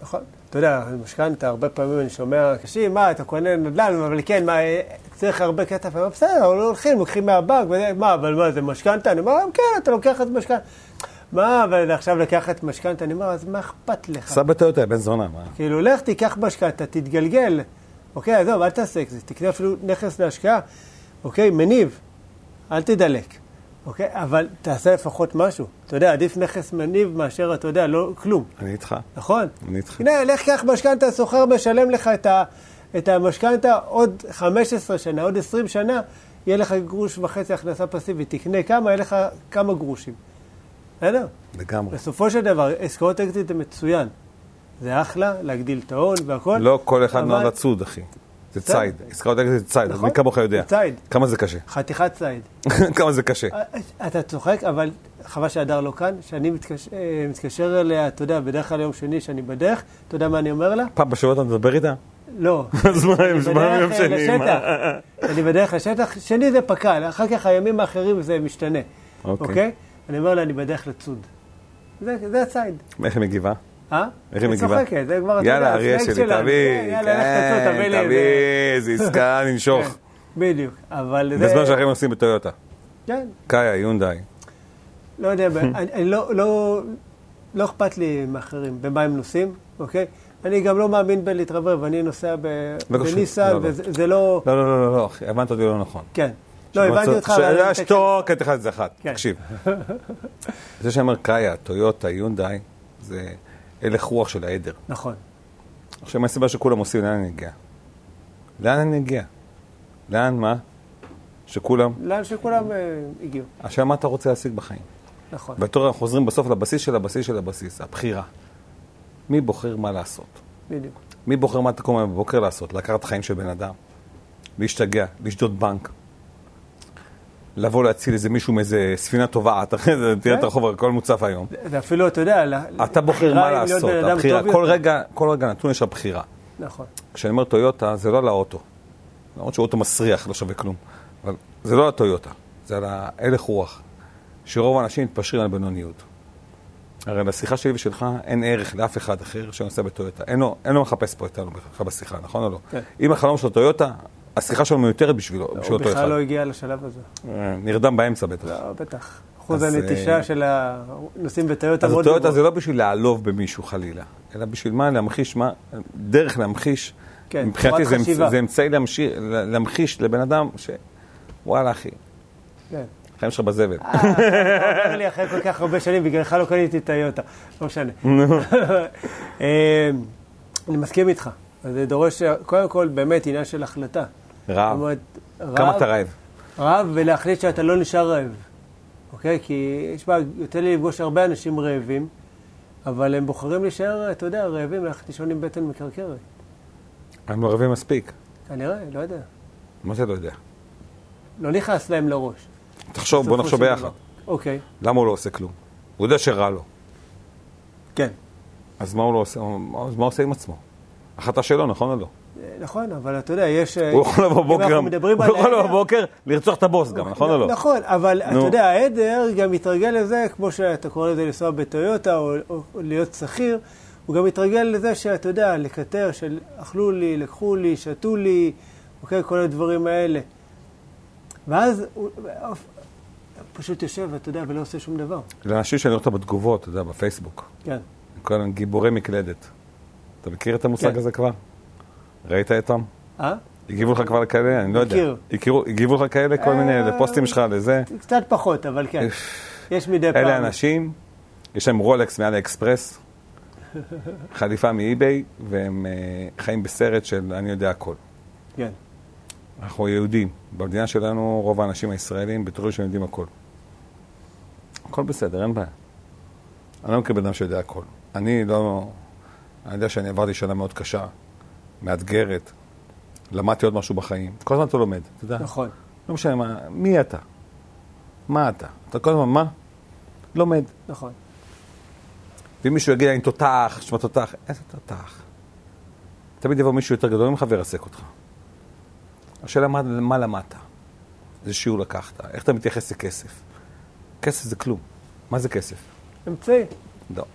נכון. אתה יודע, משכנתה, הרבה פעמים אני שומע, קשים, מה, אתה קונה נדל"ן, אבל כן, מה, צריך הרבה כסף, אבל בסדר, לא הולכים, לוקחים מהבנק, מה, אבל מה, זה משכנתה? אני אומר, כן, אתה לוקח את משכנתה. מה, אבל עכשיו לקח את משכנתה, אני אומר, אז מה אכפת לך? סבא טויוטה, בן זונה, מה? כאילו, לך, תיקח משכנתה, תתגלגל. אוקיי, עזוב, אל תעסק, תקנה אפילו נכס להשקעה. אוקיי, מניב, אל תדלק. אוקיי, אבל תעשה לפחות משהו. אתה יודע, עדיף נכס מניב מאשר, אתה יודע, לא כלום. אני איתך. נכון? אני איתך. הנה, לך קח משכנתה, סוחר משלם לך את, ה, את המשכנתה עוד חמש עשרה שנה, עוד עשרים שנה, יהיה לך גרוש וחצי הכנסה פסיבית. תקנה כמה, יהיה לך כמה גרושים. בסדר? לגמרי. בסופו של דבר, עסקאות אקזיט זה מצוין. זה אחלה, להגדיל את ההון והכל. לא כל אחד נועד לצוד, אחי. זה ציד. עסקאות אקזיט זה ציד. מי כמוך יודע. זה ציד. כמה זה קשה. חתיכת ציד. כמה זה קשה. אתה צוחק, אבל חבל שהדר לא כאן, שאני מתקשר אליה, אתה יודע, בדרך כלל יום שני שאני בדרך, אתה יודע מה אני אומר לה? פעם בשבוע אתה מדבר איתה? לא. אז מה, מה יום שני? אני בדרך לשטח, שני זה פקע, אחר כך הימים האחרים זה משתנה. אוקיי? אני אומר לה, אני בדרך לצוד. זה הציד. איך היא מגיבה? אה? איך היא מגיבה? היא צוחקת, זה כבר, אתה יאללה, אריה שלי, תביא, כן, תביא, איזה עסקה, נמשוך. בדיוק, אבל זה... בזמן שאחרים עושים בטויוטה. כן. קאיה, יונדאי. לא יודע, אני לא אכפת לי מאחרים, במה הם נוסעים, אוקיי? אני גם לא מאמין בלהתרברב, אני נוסע בניסן, וזה לא... לא, לא, לא, לא, הבנת אותי לא נכון. כן. לא, הבנתי אותך. שתוק, את אחד זה אחד, תקשיב. זה שאומר קאיה, טויוטה, יונדאי, זה הלך רוח של העדר. נכון. עכשיו, מה הסיבה שכולם עושים, לאן אני אגיע? לאן אני אגיע? לאן מה? שכולם? לאן שכולם הגיעו. עכשיו, מה אתה רוצה להשיג בחיים? נכון. בתור אנחנו חוזרים בסוף לבסיס של הבסיס של הבסיס, הבחירה. מי בוחר מה לעשות? בדיוק. מי בוחר מה אתה קורא בבוקר לעשות? לקחת חיים של בן אדם, להשתגע, לשדוד בנק, לבוא להציל איזה מישהו מאיזה ספינה טובעת, אחרי זה תראה את הרחוב, הכל מוצף היום. זה אפילו, אתה יודע, אתה בוחר מה לעשות, הבחירה, כל רגע, כל רגע נתון יש הבחירה. נכון. כשאני אומר טויוטה, זה לא על האוטו. למרות שאוטו מסריח, לא שווה כלום. אבל זה לא על הטויוטה, זה על ההלך רוח, שרוב האנשים מתפשרים על בינוניות. הרי לשיחה שלי ושלך אין ערך לאף אחד אחר שנוסע בטויוטה. אין לו, אין לו מחפש פה איתנו בשיחה, נכון או לא? כן. אם החלום של טויוטה, השיחה שלו מיותרת בשבילו, בשביל אותו אחד. הוא בכלל לא הגיע לשלב הזה. נרדם באמצע בטח. לא, בטח. אחוז הנטישה של הנוסעים בטויוטה. אז טויוטה זה לא בשביל לעלוב במישהו חלילה, אלא בשביל מה? להמחיש מה? דרך להמחיש. כן, מבחינתי זה אמצעי להמחיש לבן אדם ש... וואלה אחי. כן. החיים שלך בזבל. אתה אומר לי אחרי כל כך הרבה שנים, בגללך לא קניתי טויוטה. לא משנה. אני מסכים איתך. זה דורש, קודם כל, באמת עניין של החלטה. רעב. כמה אתה רעב? רעב, ולהחליט שאתה לא נשאר רעב. אוקיי? כי יש בה, יותר לי לפגוש הרבה אנשים רעבים, אבל הם בוחרים להישאר, אתה יודע, רעבים, ללכת לישון עם בטן מקרקרת. הם לא רעבים מספיק. כנראה, לא יודע. מה זה לא יודע? לא נכנס להם לראש. תחשוב, בוא נחשוב ביחד. אוקיי. למה הוא לא עושה כלום? הוא יודע שרע לו. כן. אז מה הוא לא עושה? אז מה הוא עושה עם עצמו? החלטה שלו, נכון או לא? נכון, אבל אתה יודע, יש... הוא יכול לבוא בבוקר, הוא יכול לבוא בבוקר, לרצוח את הבוס גם, נכון או לא? נכון, אבל אתה יודע, העדר גם מתרגל לזה, כמו שאתה קורא לזה לנסוע בטויוטה, או להיות שכיר, הוא גם מתרגל לזה שאתה יודע, לקטר של אכלו לי, לקחו לי, שתו לי, אוקיי, כל הדברים האלה. ואז הוא פשוט יושב, אתה יודע, ולא עושה שום דבר. לאנשים שאני רואה אותה בתגובות, אתה יודע, בפייסבוק. כן. כל גיבורי מקלדת. אתה מכיר את המושג הזה כבר? ראית איתם? אה? הגיבו לך כבר כאלה? אני לא יודע. מכיר. הגיבו לך כאלה? כל מיני פוסטים שלך לזה? קצת פחות, אבל כן. יש מדי פעם. אלה אנשים, יש להם רולקס מעל האקספרס, חליפה מאי-ביי, והם חיים בסרט של אני יודע הכל. כן. אנחנו יהודים. במדינה שלנו רוב האנשים הישראלים בטוחים שהם יודעים הכל. הכל בסדר, אין בעיה. אני לא מכיר בן אדם שיודע הכל. אני לא... אני יודע שאני עברתי שנה מאוד קשה, מאתגרת, למדתי עוד משהו בחיים. כל הזמן אתה לומד, אתה יודע? נכון. לא משנה, מה, מי אתה? מה אתה? אתה כל הזמן, מה? לומד. נכון. ואם מישהו יגיד, אני תותח, שמה תותח, איזה תותח? תמיד יבוא מישהו יותר גדול ממך וירסק אותך. השאלה, מה, מה למדת? איזה שיעור לקחת? איך אתה מתייחס לכסף? כסף זה כלום. מה זה כסף? אמצעי. לא.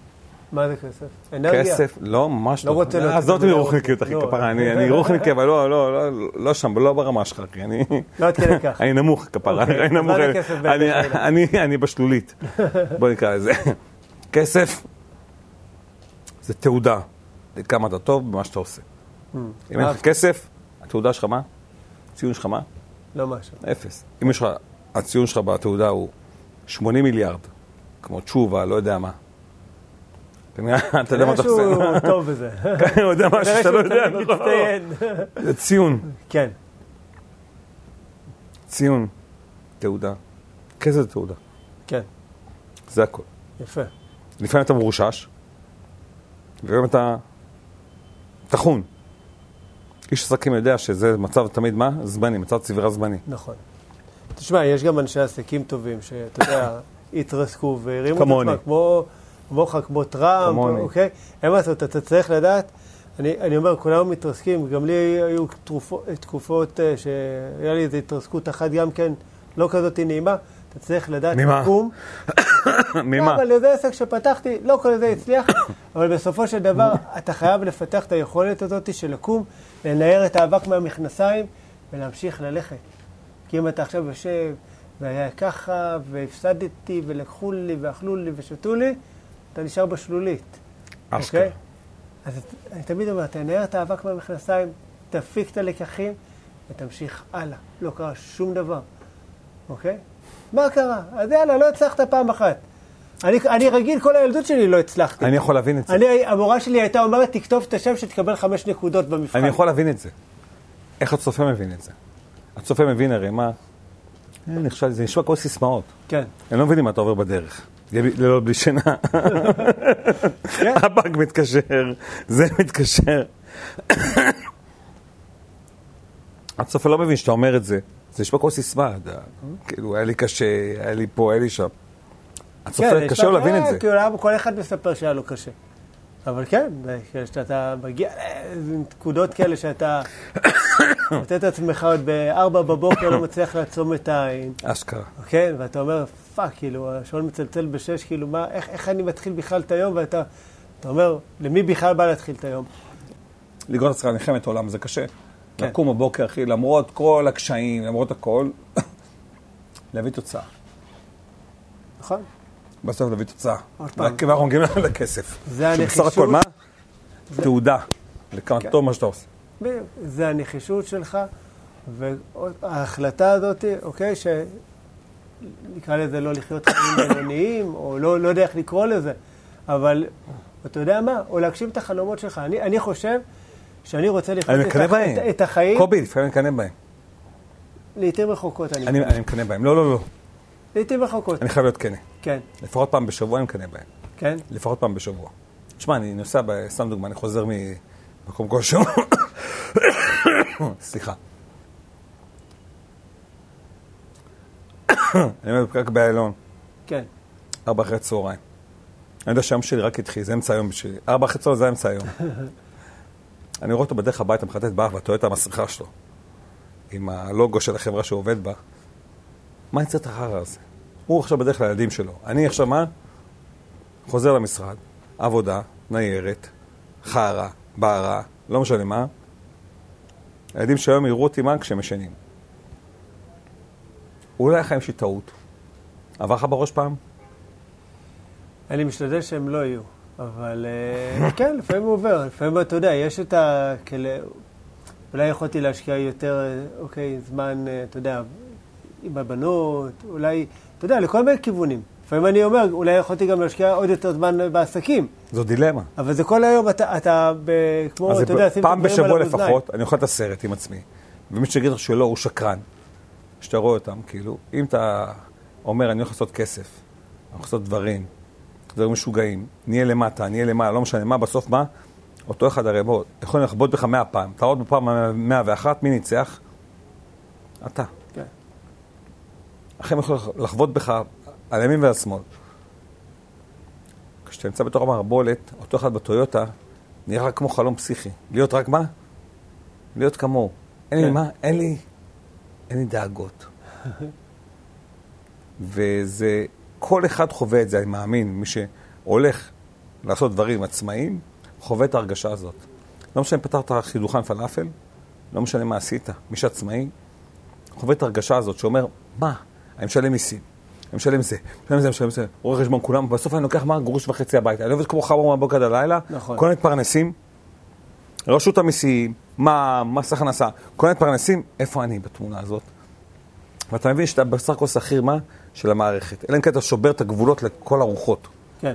מה זה כסף? אנרגיה? כסף, לא, ממש לא. לא רוצה להיות... אז לא תמיד רוחניקיות, אחי, כפרה. אני רוחניקי, אבל לא שם, לא ברמה שלך, אחי. לא עד כדי כך. אני נמוך, כפרה. מה זה כסף באמת? אני בשלולית. בוא נקרא לזה. כסף זה תעודה לכמה אתה טוב במה שאתה עושה. אם אין לך כסף, התעודה שלך מה? הציון שלך מה? לא משהו. אפס. אם יש לך, הציון שלך בתעודה הוא שמונים מיליארד, כמו תשובה, לא יודע מה. אתה יודע מה אתה עושה? משהו טוב בזה. כן, הוא יודע משהו שאתה לא יודע. זה ציון. כן. ציון, תעודה. כסף זה תעודה. כן. זה הכל. יפה. לפעמים אתה מרושש, וגם אתה תחון. איש עסקים יודע שזה מצב תמיד מה? זמני, מצב צבירה זמני. נכון. תשמע, יש גם אנשי עסקים טובים שאתה יודע, התרסקו והרימו את עצמם, כמו כמוך, כמו טראמפ, אוקיי? אין מה לעשות, אתה צריך לדעת, אני, אני אומר, כולנו מתרסקים, גם לי היו תרופות, תקופות שהיה לי איזו התרסקות אחת גם כן, לא כזאת נעימה, אתה צריך לדעת לקום. ממה? אבל זה עסק שפתחתי, לא כל זה הצליח, אבל בסופו של דבר אתה חייב לפתח את היכולת הזאת של לקום, לנער את האבק מהמכנסיים ולהמשיך ללכת. כי אם אתה עכשיו יושב והיה ככה והפסדתי ולקחו לי ואכלו לי ושתו לי, אתה נשאר בשלולית. אשכרה. אוקיי? אז אני תמיד אומר, תנער את האבק מהמכנסיים, תפיק את הלקחים ותמשיך הלאה. לא קרה שום דבר. אוקיי? מה קרה? אז יאללה, לא הצלחת פעם אחת. אני, אני רגיל, כל הילדות שלי לא הצלחתי. אני יכול להבין את זה. אני, המורה שלי הייתה אומרת, תכתוב את השם שתקבל חמש נקודות במבחן. אני יכול להבין את זה. איך הצופה מבין את זה? הצופה מבין הרי מה? אני חושב, זה נשמע כל סיסמאות. כן. אני לא מבין מה אתה עובר בדרך. ללא בלי שינה. הבנק מתקשר, זה מתקשר. הצופה לא מבין שאתה אומר את זה. זה נשמע כל סיסמה. כאילו, היה לי קשה, היה לי פה, היה לי שם. הצופה קשה לו להבין את זה. כאילו, כל אחד מספר שהיה לו קשה. אבל כן, כשאתה מגיע לנקודות כאלה שאתה נותן את עצמך עוד בארבע בבוקר, לא מצליח לעצום את העין. אשכרה. כן, ואתה אומר, פאק, כאילו, השעון מצלצל בשש, כאילו, מה, איך, איך אני מתחיל בכלל את היום? ואתה אתה אומר, למי בכלל בא להתחיל את היום? לגרום את עצמך לנחמת עולם, זה קשה. לקום בבוקר, אחי, למרות כל הקשיים, למרות הכל, להביא תוצאה. נכון. בסוף להביא תוצאה. ואנחנו מגיעים לכסף. זה הנחישות. שבסך הכל מה? תעודה. לכמה טוב מה שאתה עושה. זה הנחישות שלך, וההחלטה הזאת, אוקיי, שנקרא לזה לא לחיות חיים בינוניים, או לא, לא יודע איך לקרוא לזה, אבל אתה יודע מה? או להגשים את החלומות שלך. אני, אני חושב שאני רוצה לחיות את, את, את החיים. קובי, לפעמים אני מקנה בהם. לעתים רחוקות אני... אני, אני מקנה בהם. לא, לא, לא. לעתים רחוקות. אני חייב להיות קנה. כן. לפחות פעם בשבוע אני מקנה בהם. כן? לפחות פעם בשבוע. תשמע, אני נוסע, סתם דוגמה, אני חוזר ממקום כלשהו. סליחה. אני אומר בפקק באיילון. כן. ארבע אחרי צהריים. אני יודע שהיום שלי רק התחיל, זה אמצע היום בשבילי. ארבע אחרי צהריים זה אמצע היום. אני רואה אותו בדרך הביתה, מחטט באח, ואתה רואה את המסריחה שלו. עם הלוגו של החברה שהוא עובד בה. מה יצא את החרא הזה? הוא עכשיו בדרך לילדים שלו. אני עכשיו מה? חוזר למשרד, עבודה, ניירת, חרא, בערה, לא משנה מה. הילדים שהיום יראו אותי מה כשהם משנים. אולי החיים שלי טעות. עבר לך בראש פעם? אני משתדל שהם לא יהיו, אבל כן, לפעמים הוא עובר. לפעמים אתה יודע, יש את הכאלה... אולי יכולתי להשקיע יותר, אוקיי, זמן, אתה יודע, עם הבנות, אולי, אתה יודע, לכל מיני כיוונים. לפעמים אני אומר, אולי יכולתי גם להשקיע עוד יותר זמן בעסקים. זו דילמה. אבל זה כל היום, אתה, אתה כמו, אתה יודע, שים את פעם בשבוע לפחות, אני אוכל את הסרט עם עצמי. ומי שתגיד לך שלא, הוא שקרן. שאתה רואה אותם, כאילו, אם אתה אומר, אני הולך לעשות כסף, אני הולך לעשות דברים, דברים משוגעים, נהיה למטה, נהיה למעלה, לא משנה מה, בסוף מה? אותו אחד הרי בוא, יכולים לחבוט בך מאה פעם. אתה עוד בפעם מאה ואחת, מי ניצח? אתה. כן. אחרים יכולים לחבוט בך על ימין ועל שמאל. כשאתה נמצא בתוך המערבולת, אותו אחד בטויוטה, נראה רק כמו חלום פסיכי. להיות רק מה? להיות כמוהו. אין לי מה? אין לי... אין לי דאגות. וזה... כל אחד חווה את זה, אני מאמין. מי שהולך לעשות דברים עצמאיים, חווה את ההרגשה הזאת. לא משנה אם פתרת חידוכן פלאפל, לא משנה מה עשית, מי שעצמאי, חווה את ההרגשה הזאת שאומר, מה? אני משלם מיסים, אני משלם זה, משלם זה, משלם זה, רואה חשבון כולם, בסוף אני לוקח מה? גרוש וחצי הביתה. אני עובד כמו חמור מהבוקר עד הלילה, נכון. כל מתפרנסים, רשות המיסים, מה, מס הכנסה, כל מתפרנסים, איפה אני בתמונה הזאת? ואתה מבין שאתה בסך הכל שכיר מה? של המערכת. אלא אם כן אתה שובר את הגבולות לכל הרוחות. כן.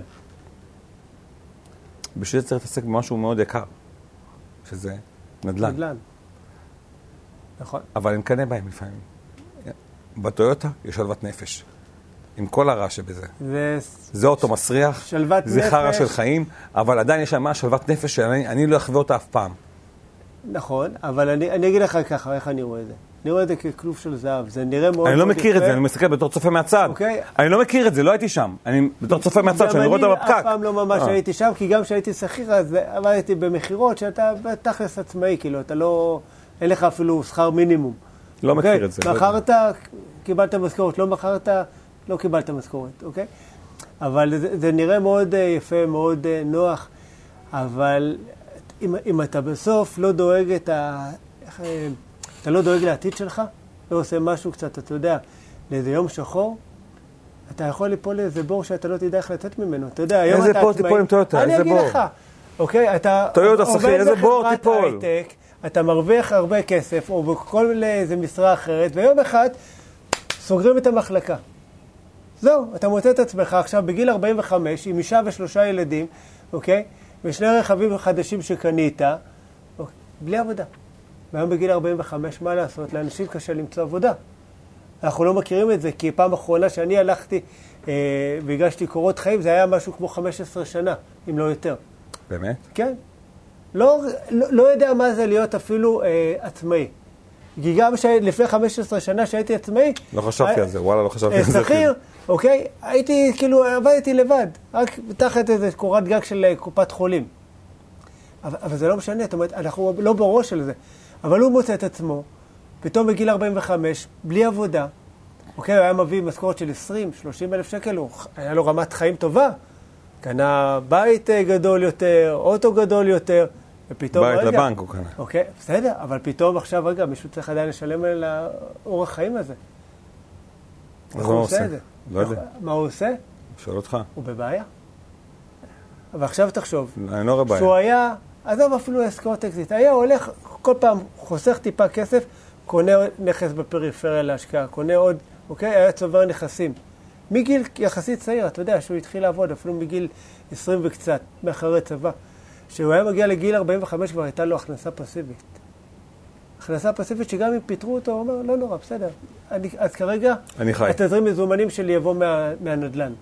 בשביל זה צריך להתעסק במשהו מאוד יקר, שזה נדל"ן. נדל"ן. נכון. אבל אני מקנה בהם לפעמים. בטויוטה יש שלוות נפש. עם כל הרע שבזה. זה... זה אוטו מסריח, שלוות זה נפש. חרא של חיים, אבל עדיין יש שם שלוות נפש שאני אני לא אחווה אותה אף פעם. נכון, אבל אני, אני אגיד לך ככה, איך אני רואה את זה. אני רואה את זה ככלוב של זהב. זה נראה מאוד... אני לא מאוד מכיר יפה. את זה, אני מסתכל בתור צופה מהצד. אוקיי. אני לא מכיר את זה, לא הייתי שם. אני בתור צופה מהצד, שאני רואה אותה בפקק. גם אני אף פעם לא ממש הייתי שם, כי גם כשהייתי שכיר, אז עבדתי במחירות, שאתה תכלס עצמאי, כאילו, אתה לא... אין לך אפילו שכר מינימום. לא מכיר את זה. מכרת, קיבלת משכורת, לא מכרת, לא קיבלת משכורת, אוקיי? אבל זה, זה נראה מאוד יפה, מאוד נוח, אבל אם, אם אתה בסוף לא דואג את ה... אתה לא דואג לעתיד שלך, לא עושה משהו קצת, אתה יודע, לאיזה יום שחור, אתה יכול ליפול לאיזה בור שאתה לא תדע איך לצאת ממנו. אתה יודע, היום אתה עצמאי... איזה בור תיפול עם טויוטה, איזה בור? אני אגיד לך, אוקיי? אתה טויוטה שכיר, איזה בור תיפול? הייטק, אתה מרוויח הרבה כסף, או בכל איזה משרה אחרת, ויום אחד סוגרים את המחלקה. זהו, אתה מוצא את עצמך עכשיו בגיל ארבעים וחמש, עם אישה ושלושה ילדים, אוקיי? ושני רכבים חדשים שקנית, אוקיי? בלי עבודה. והיום בגיל ארבעים וחמש, מה לעשות? לאנשים קשה למצוא עבודה. אנחנו לא מכירים את זה, כי פעם אחרונה שאני הלכתי אה, והגשתי קורות חיים, זה היה משהו כמו חמש עשרה שנה, אם לא יותר. באמת? כן. לא, לא, לא יודע מה זה להיות אפילו אה, עצמאי. כי גם לפני חמש עשרה שנה שהייתי עצמאי... לא חשבתי על זה, וואלה, לא חשבתי על זה. שכיר, אוקיי? הייתי, כאילו, עבדתי לבד, רק תחת איזה קורת גג של קופת חולים. אבל, אבל זה לא משנה, זאת אומרת, אנחנו לא בראש של זה. אבל הוא מוצא את עצמו, פתאום בגיל ארבעים וחמש, בלי עבודה, אוקיי? הוא היה מביא משכורת של עשרים שלושים אלף שקל, הוא היה לו רמת חיים טובה. קנה בית גדול יותר, אוטו גדול יותר, ופתאום... בית רגע, לבנק הוא קנה. אוקיי, בסדר, אבל פתאום עכשיו, רגע, מישהו צריך עדיין לשלם על האורח חיים הזה. אז מה הוא עושה? לא יודע. מה הוא עושה? שואל אותך. הוא בבעיה. אבל עכשיו תחשוב. אני לא רבעיה. שהוא היה, עזוב אפילו עסקאות אקזיט, היה הולך, כל פעם חוסך טיפה כסף, קונה נכס בפריפריה להשקעה, קונה עוד, אוקיי? היה צובר נכסים. מגיל יחסית צעיר, אתה יודע, שהוא התחיל לעבוד, אפילו מגיל עשרים וקצת, מאחרי צבא. שהוא היה מגיע לגיל ארבעים וחמש, כבר הייתה לו הכנסה פסיבית. הכנסה פסיבית שגם אם פיתרו אותו, הוא אומר, לא נורא, בסדר. אני, אז כרגע, אני חי. התזרים מזומנים שלי יבוא מה, מהנדלן.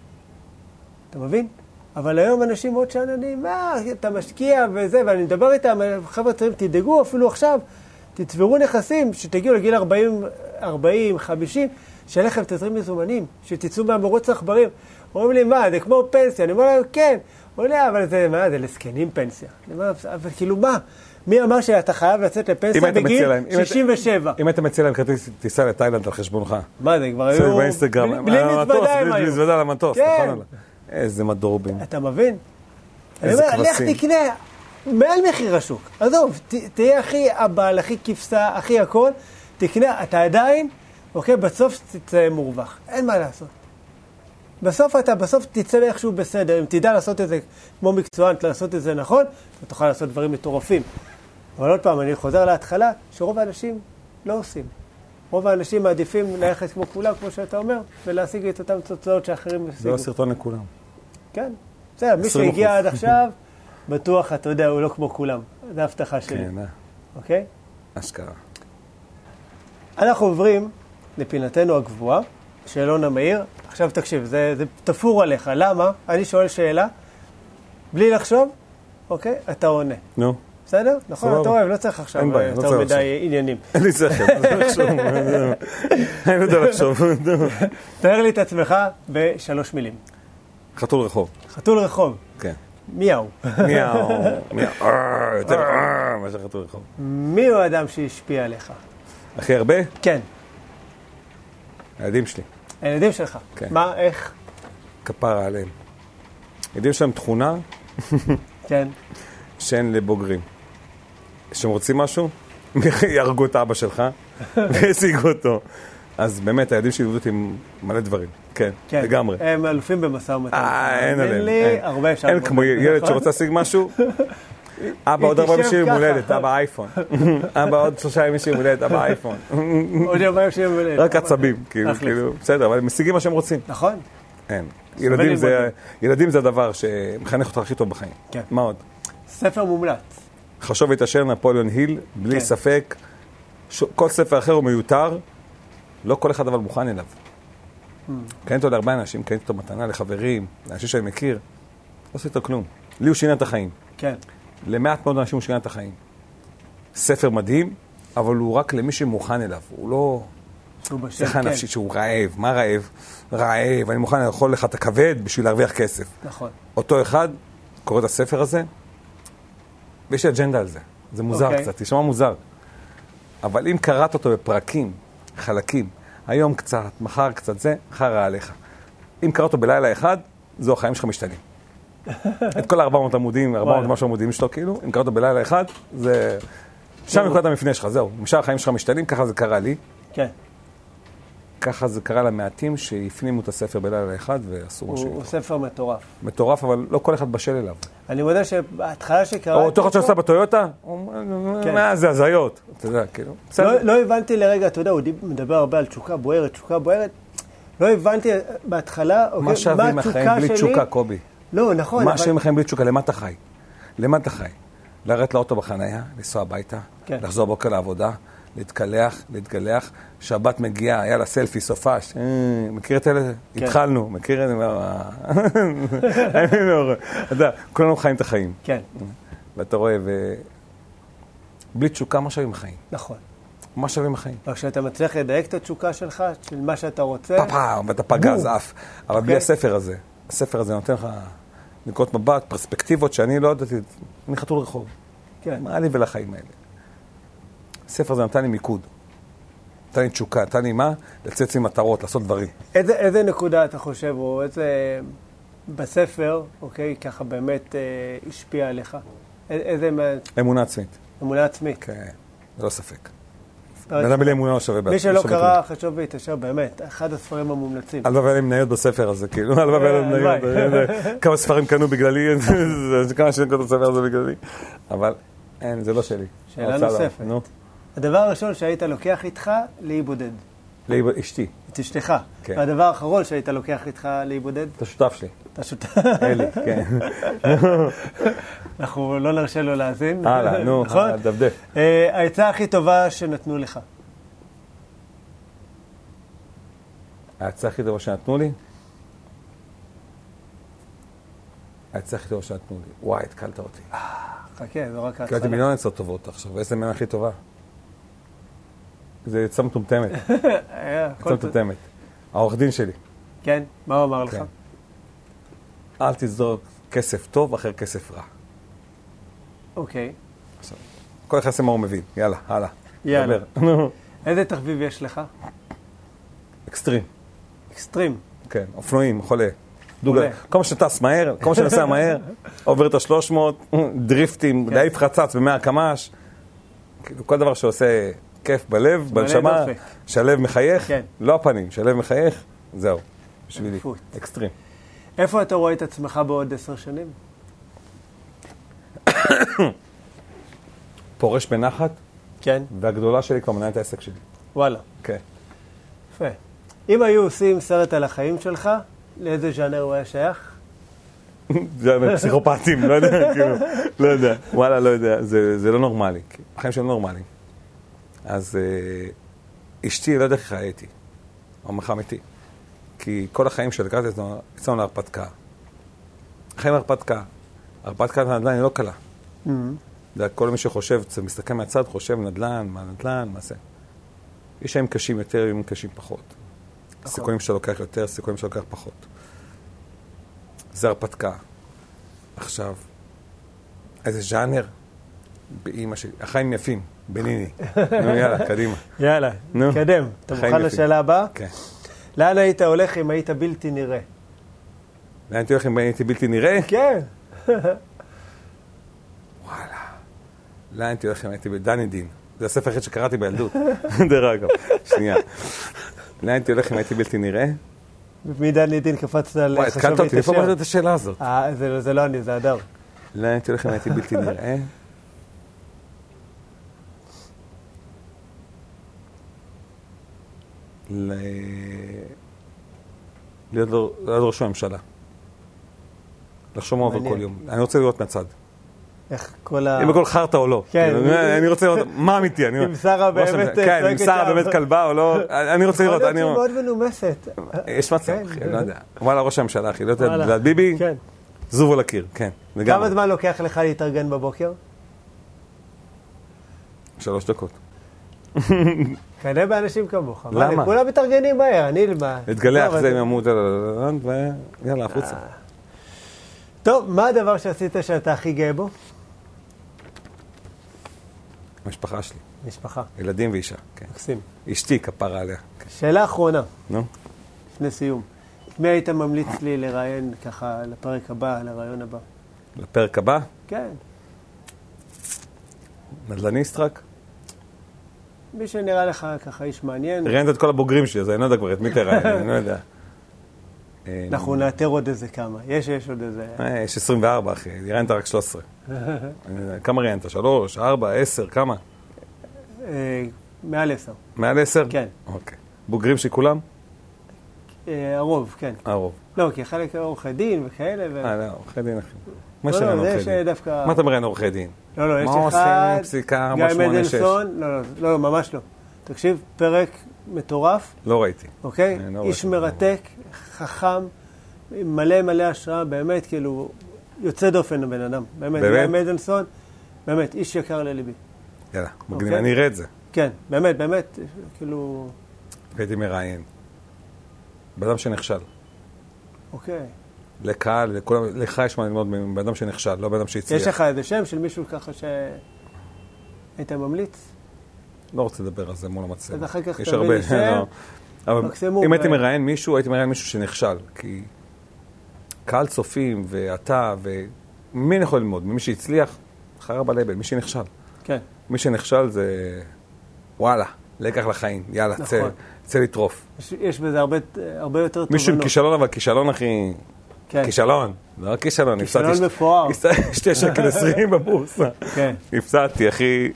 אתה מבין? אבל היום אנשים מאוד שעננים, מה, אתה משקיע וזה, ואני מדבר איתם, חבר'ה צעירים, תדאגו אפילו עכשיו, תצברו נכסים, שתגיעו לגיל ארבעים, ארבעים, חמישים, שיהיה לכם תזרים מזומנים, שתצאו מהמרוץ העכברים. אומרים לי, מה, זה כמו פנסיה? אני אומר להם, כן. אומרים לי, אבל זה, מה, זה לזקנים פנסיה. אני אומר, אבל כאילו, מה? מי אמר שאתה חייב לצאת לפנסיה בגיל שישים ושבע? אם אתה מציע להם כרטיס טיסה לתאילנד על חשבונך. מה זה, כבר היו... באינסטגרם. בלי מזוודה הם היו. בלי מזוודה על המטוס, כן. נכון? איזה מדורבים. אתה מבין? איזה אני אומר, לך כבשים. תקנה מעל מחיר השוק. עזוב, ת- תהיה הכי הבעל, הכי כבשה, הכי הכל, תקנה, אתה עדיין, אוקיי, בסוף תצא מורווח. אין מה לעשות. בסוף אתה, בסוף תצא איכשהו בסדר. אם תדע לעשות את זה כמו מקצוען, לעשות את זה נכון, אתה תוכל לעשות דברים מטורפים. אבל עוד פעם, אני חוזר להתחלה, שרוב האנשים לא עושים. רוב האנשים מעדיפים ללכת כמו כולם, כמו שאתה אומר, ולהשיג את אותם תוצאות שאחרים זה ישיגו. לא סרטון לכולם. כן. בסדר, מי שהגיע עד עכשיו, בטוח, אתה יודע, הוא לא כמו כולם. זו ההבטחה שלי. כן, אה. אוקיי? אשכרה. אנחנו עוברים לפינתנו הגבוהה, שאלון המהיר. עכשיו תקשיב, זה, זה תפור עליך. למה? אני שואל שאלה, בלי לחשוב, אוקיי? אתה עונה. נו. בסדר? נכון, אתה אוהב, לא צריך עכשיו אין בעיה, לא יותר צריך מדי עניינים. אין לי שכל, לא לחשוב. אני לא יודע לחשוב. תאר לי את עצמך בשלוש מילים. חתול רחוב. חתול רחוב. כן. מיהו. מיהו. מיהו. יותר מה שחתול רחוב. מי הוא האדם שהשפיע עליך? הכי הרבה? כן. הילדים שלי. הילדים שלך. כן. מה, איך? כפרה עליהם. ילדים שלהם תכונה כן. שאין לבוגרים. כשהם רוצים משהו, יהרגו את אבא שלך וישיגו אותו. אז באמת, הילדים שלימדו אותי מלא דברים. כן, כן. לגמרי. הם אלופים במשא ומתן. אה, אין עליהם. לי הרבה אפשר. אין כמו ילד שרוצה להשיג משהו. אבא עוד ארבעה ימים יום הולדת, אבא אייפון. אבא עוד שלושה ימים יום הולדת, אבא אייפון. עוד יום יום הולדת. רק עצבים, כאילו, בסדר, אבל הם משיגים מה שהם רוצים. נכון. אין. ילדים זה הדבר שמחנך אותך הכי טוב בחיים. כן. מה עוד? ספר מומלץ. חשוב והתעשר, נפוליאון היל, בלי ספק. כל ספר אחר הוא מיותר, לא כל אחד אבל מוכן אליו. קניתי אותו להרבה אנשים, קניתי אותו מתנה לחברים, לאנשים שאני מכיר, לא עושה איתו כלום. לי הוא שינה את החיים. כן. למעט מאוד אנשים הוא שינה את החיים. ספר מדהים, אבל הוא רק למי שמוכן אליו. הוא לא... שיחה נפשית שהוא רעב. מה רעב? רעב, אני מוכן לאכול לך את הכבד בשביל להרוויח כסף. נכון. אותו אחד קורא את הספר הזה, ויש לי אג'נדה על זה. זה מוזר קצת, תשמע מוזר. אבל אם קראת אותו בפרקים, חלקים, היום קצת, מחר קצת זה, מחר רע עליך. אם קראת אותו בלילה אחד, זו החיים שלך משתנים. את כל ארבע מאות עמודים, ארבע מאות משהו עמודים שלו, כאילו, אם קראת אותו בלילה אחד, זה... שם נקודת המפנה שלך, זהו. משאר החיים שלך משתנים, ככה זה קרה לי. כן. ככה זה קרה למעטים שהפנימו את הספר בלילה אחד ועשו משהו. הוא ספר מטורף. מטורף, אבל לא כל אחד בשל אליו. אני מודה שבהתחלה שקראתי... או אותו אחד שעושה בטויוטה, מה זה הזיות? אתה יודע, כאילו. לא הבנתי לרגע, אתה יודע, הוא מדבר הרבה על תשוקה בוערת, תשוקה בוערת. לא הבנתי בהתחלה, מה שווים החיים בלי תשוקה, קובי? לא, נכון. מה שווים החיים בלי תשוקה? למה אתה חי? למה אתה חי? לרדת לאוטו בחניה, לנסוע הביתה, לחזור בוקר לעבודה, להתקלח, להתגלח, שבת מגיעה, היה לה סלפי, סופש, מכיר את אלה? התחלנו, מכיר את זה? אתה יודע, כולנו חיים את החיים. כן. ואתה רואה, בלי תשוקה, מה שווים החיים? נכון. מה שווים החיים? רק שאתה מצליח לדייק את התשוקה שלך, של מה שאתה רוצה. פאפה, ואתה פגז אף. אבל בלי הספר הזה, הספר הזה נותן לך נקודות מבט, פרספקטיבות שאני לא יודעת, אני חתול רחוב. כן. מה לי ולחיים האלה? הספר הזה נתן לי מיקוד. נתן לי תשוקה, נתן לי מה? לצאת עם מטרות, לעשות דברים. איזה, איזה נקודה אתה חושב, או איזה בספר, אוקיי, ככה באמת אה, השפיע עליך? איזה... אמונה עצמית. אמונה עצמית. כן, זה לא ספק. אדם בלי אמונה לא שווה בעצמי. מי שלא קרא, חשוב והתעשר, באמת, אחד הספרים המומלצים. הלוואי והיה לי מניות בספר הזה, כאילו, הלוואי והיה לי מניות. כמה ספרים קנו בגללי, כמה שנים קנו את הספר הזה בגללי. אבל אין, זה לא שלי. שאלה נוספת. הדבר הראשון שהיית לוקח איתך, להיבודד. אשתי. את אשתך. והדבר האחרון שהיית לוקח איתך להיבודד? את השותף שלי. את השותף. אלי, כן. אנחנו לא נרשה לו להאזין. הלאה, נו, דפדף. העצה הכי טובה שנתנו לך. העצה הכי טובה שנתנו לי? העצה הכי טובה שנתנו לי. וואי, התקלת אותי. חכה, זו רק ההתחלה. קראתי מיליון עצות טובות עכשיו, ואיזה מהם הכי טובה? זה עצה מטומטמת. עצה מטומטמת. העורך דין שלי. כן? מה הוא אמר לך? אל תזרוק כסף טוב אחר כסף רע. אוקיי. כל אחד עושה מה הוא מבין. יאללה, הלאה. יאללה. איזה תחביב יש לך? אקסטרים. אקסטרים? כן, אופנועים, חולה. דוגל, כל מה שטס מהר, כל מה שנסע מהר, עובר את ה-שלוש מאות, דריפטים, להעיף חצץ ב-מאה קמ"ש, כל דבר שעושה כיף בלב, בנשמה, שהלב מחייך, לא הפנים, שהלב מחייך, זהו, בשבילי, אקסטרים. איפה אתה רואה את עצמך בעוד עשר שנים? פורש בנחת, כן. והגדולה שלי כבר מנהלת העסק שלי. וואלה. כן. יפה. אם היו עושים סרט על החיים שלך, לאיזה ז'אנר הוא היה שייך? ז'אנר פסיכופטים, לא יודע, כאילו, לא יודע. וואלה, לא יודע, זה לא נורמלי. החיים שלי לא נורמליים. אז אשתי, לא יודע איך חייתי, או מחמתי. כי כל החיים שלי, לקראת אצלנו להרפתקה. החיים להרפתקה. הרפתקה נדל"ן היא לא קלה. כל מי שחושב, מסתכל מהצד, חושב נדל"ן, מה נדל"ן, מה זה. יש חיים קשים יותר, ימים קשים פחות. סיכויים שאתה לוקח יותר, סיכויים שאתה לוקח פחות. זה הרפתקה. עכשיו, איזה ז'אנר? באמא שלי. החיים יפים, בניני. נו, יאללה, קדימה. יאללה, קדם. אתה מוכן לשאלה הבאה? כן. לאן היית הולך אם היית בלתי נראה? לאן הייתי הולך אם הייתי בלתי נראה? כן. וואלה. לאן הייתי הולך אם הייתי בדני דין? זה הספר אחד שקראתי בילדות. דרך אגב. שנייה. לאן הייתי הולך אם הייתי בלתי נראה? מדני דין קפצת על וואי, התקלת אותי, איפה אמרת את השאלה הזאת? זה לא אני, זה אדם. לאן הייתי הולך אם הייתי בלתי נראה? להיות ראש הממשלה. לחשוב מה עובר כל יום. אני רוצה לראות מהצד. איך כל ה... אם הכל חרטה או לא. אני רוצה לראות מה אמיתי. אם שרה באמת... כן, אם שרה באמת כלבה או לא. אני רוצה לראות. יכול להיות שהיא מאוד מנומסת. יש מצב, אחי, אני לא יודע. וואלה, ראש הממשלה, אחי. לא יודע, ביבי, זובו לקיר, כן. כמה זמן לוקח לך להתארגן בבוקר? שלוש דקות. כנראה באנשים כמוך. למה? כולם מתארגנים מהר, אני למה... להתגלח זה עם עמוד על... ויאללה, החוצה. טוב, מה הדבר שעשית שאתה הכי גאה בו? המשפחה שלי. משפחה. ילדים ואישה, כן. מקסים. אשתי כפרה עליה. שאלה אחרונה. נו? לפני סיום. מי היית ממליץ לי לראיין ככה לפרק הבא, לרעיון הבא? לפרק הבא? כן. נדל"ניסט רק? מי שנראה לך ככה איש מעניין. ראיינת את כל הבוגרים שלי, אז אני לא יודע כבר את מי תראיין, אני לא יודע. אנחנו נאתר עוד איזה כמה. יש, יש עוד איזה... יש עשרים וארבע, אחי. ראיינת רק שלוש עשרה. כמה ראיינת? שלוש, ארבע, עשר, כמה? מעל עשר. מעל עשר? כן. אוקיי. בוגרים שכולם? הרוב, כן. הרוב. לא, כי חלק עורכי דין וכאלה. אה, לא, עורכי דין, אחי. מה לא, שאלה לא, עורכי דין? דווקא... מה אתה מראיין עורכי דין? לא, לא, יש מה אחד... עושים פסיקה גיא בשמונה שש? מדלסון, לא, לא, לא, ממש לא. תקשיב, פרק מטורף. לא ראיתי. אוקיי? איש מרתק, חכם, מלא מלא השראה, באמת, כאילו, יוצא דופן הבן אדם. באמת, גיא מדלסון, באמת, איש יקר לליבי. יאללה, מגניב, אני אראה את זה. כן, באמת, באמת, כאילו... הייתי מראיין. באדם שנכשל. אוקיי. לקהל, לכולם, לך יש מה ללמוד באדם שנכשל, לא באדם שהצליח. יש לך איזה שם של מישהו ככה שהיית ממליץ? לא רוצה לדבר על זה מול המצלמה. אז אחר כך תביא לי שם. אם הייתי מראיין מישהו, הייתי מראיין מישהו שנכשל. כי קהל צופים ואתה, ומי אני יכול ללמוד? ממי שהצליח, חרב הלבל, מי שנכשל. כן. מי שנכשל זה, וואלה, לקח לחיים, יאללה, צא לטרוף. יש בזה הרבה יותר תובנות. מישהו עם כישלון, אבל כישלון, אחי, כישלון, לא כישלון. כישלון מפואר. שתי שקל עשרים בבורסה. כן. הפסדתי, אחי.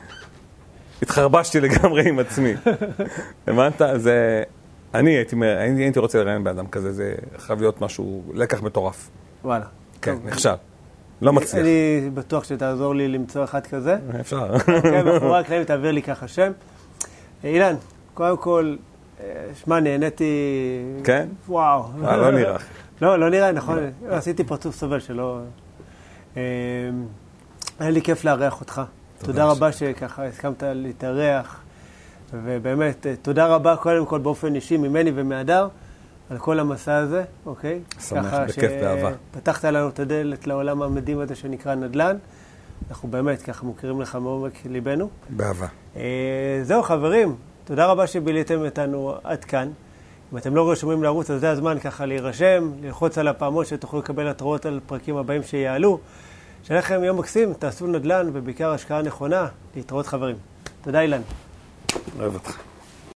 התחרבשתי לגמרי עם עצמי. הבנת? זה... אני הייתי רוצה לראיין באדם כזה, זה חייב להיות משהו, לקח מטורף. וואלה. כן, נחשב. לא מצליח. אני בטוח שתעזור לי למצוא אחד כזה. אפשר. כן, מאחורי הקלעים תעביר לי ככה שם. אילן, קודם כל, שמע, נהניתי... כן? וואו. לא נראה. לא, לא נראה, נכון. עשיתי פרצוף סובל שלא... היה לי כיף לארח אותך. תודה רבה שככה הסכמת להתארח. ובאמת, תודה רבה קודם כל באופן אישי ממני ומהדר על כל המסע הזה, אוקיי? שמח, בכיף, באהבה. פתחת לנו את הדלת לעולם המדהים הזה שנקרא נדל"ן. אנחנו באמת ככה מוכרים לך מעומק ליבנו. באהבה. זהו חברים, תודה רבה שביליתם איתנו עד כאן. אם אתם לא רשומים לערוץ, אז זה הזמן ככה להירשם, ללחוץ על הפעמות שתוכלו לקבל התראות על פרקים הבאים שיעלו. שיהיה לכם יום מקסים, תעשו נדל"ן ובעיקר השקעה נכונה. להתראות חברים. תודה אילן. אוהב אותך.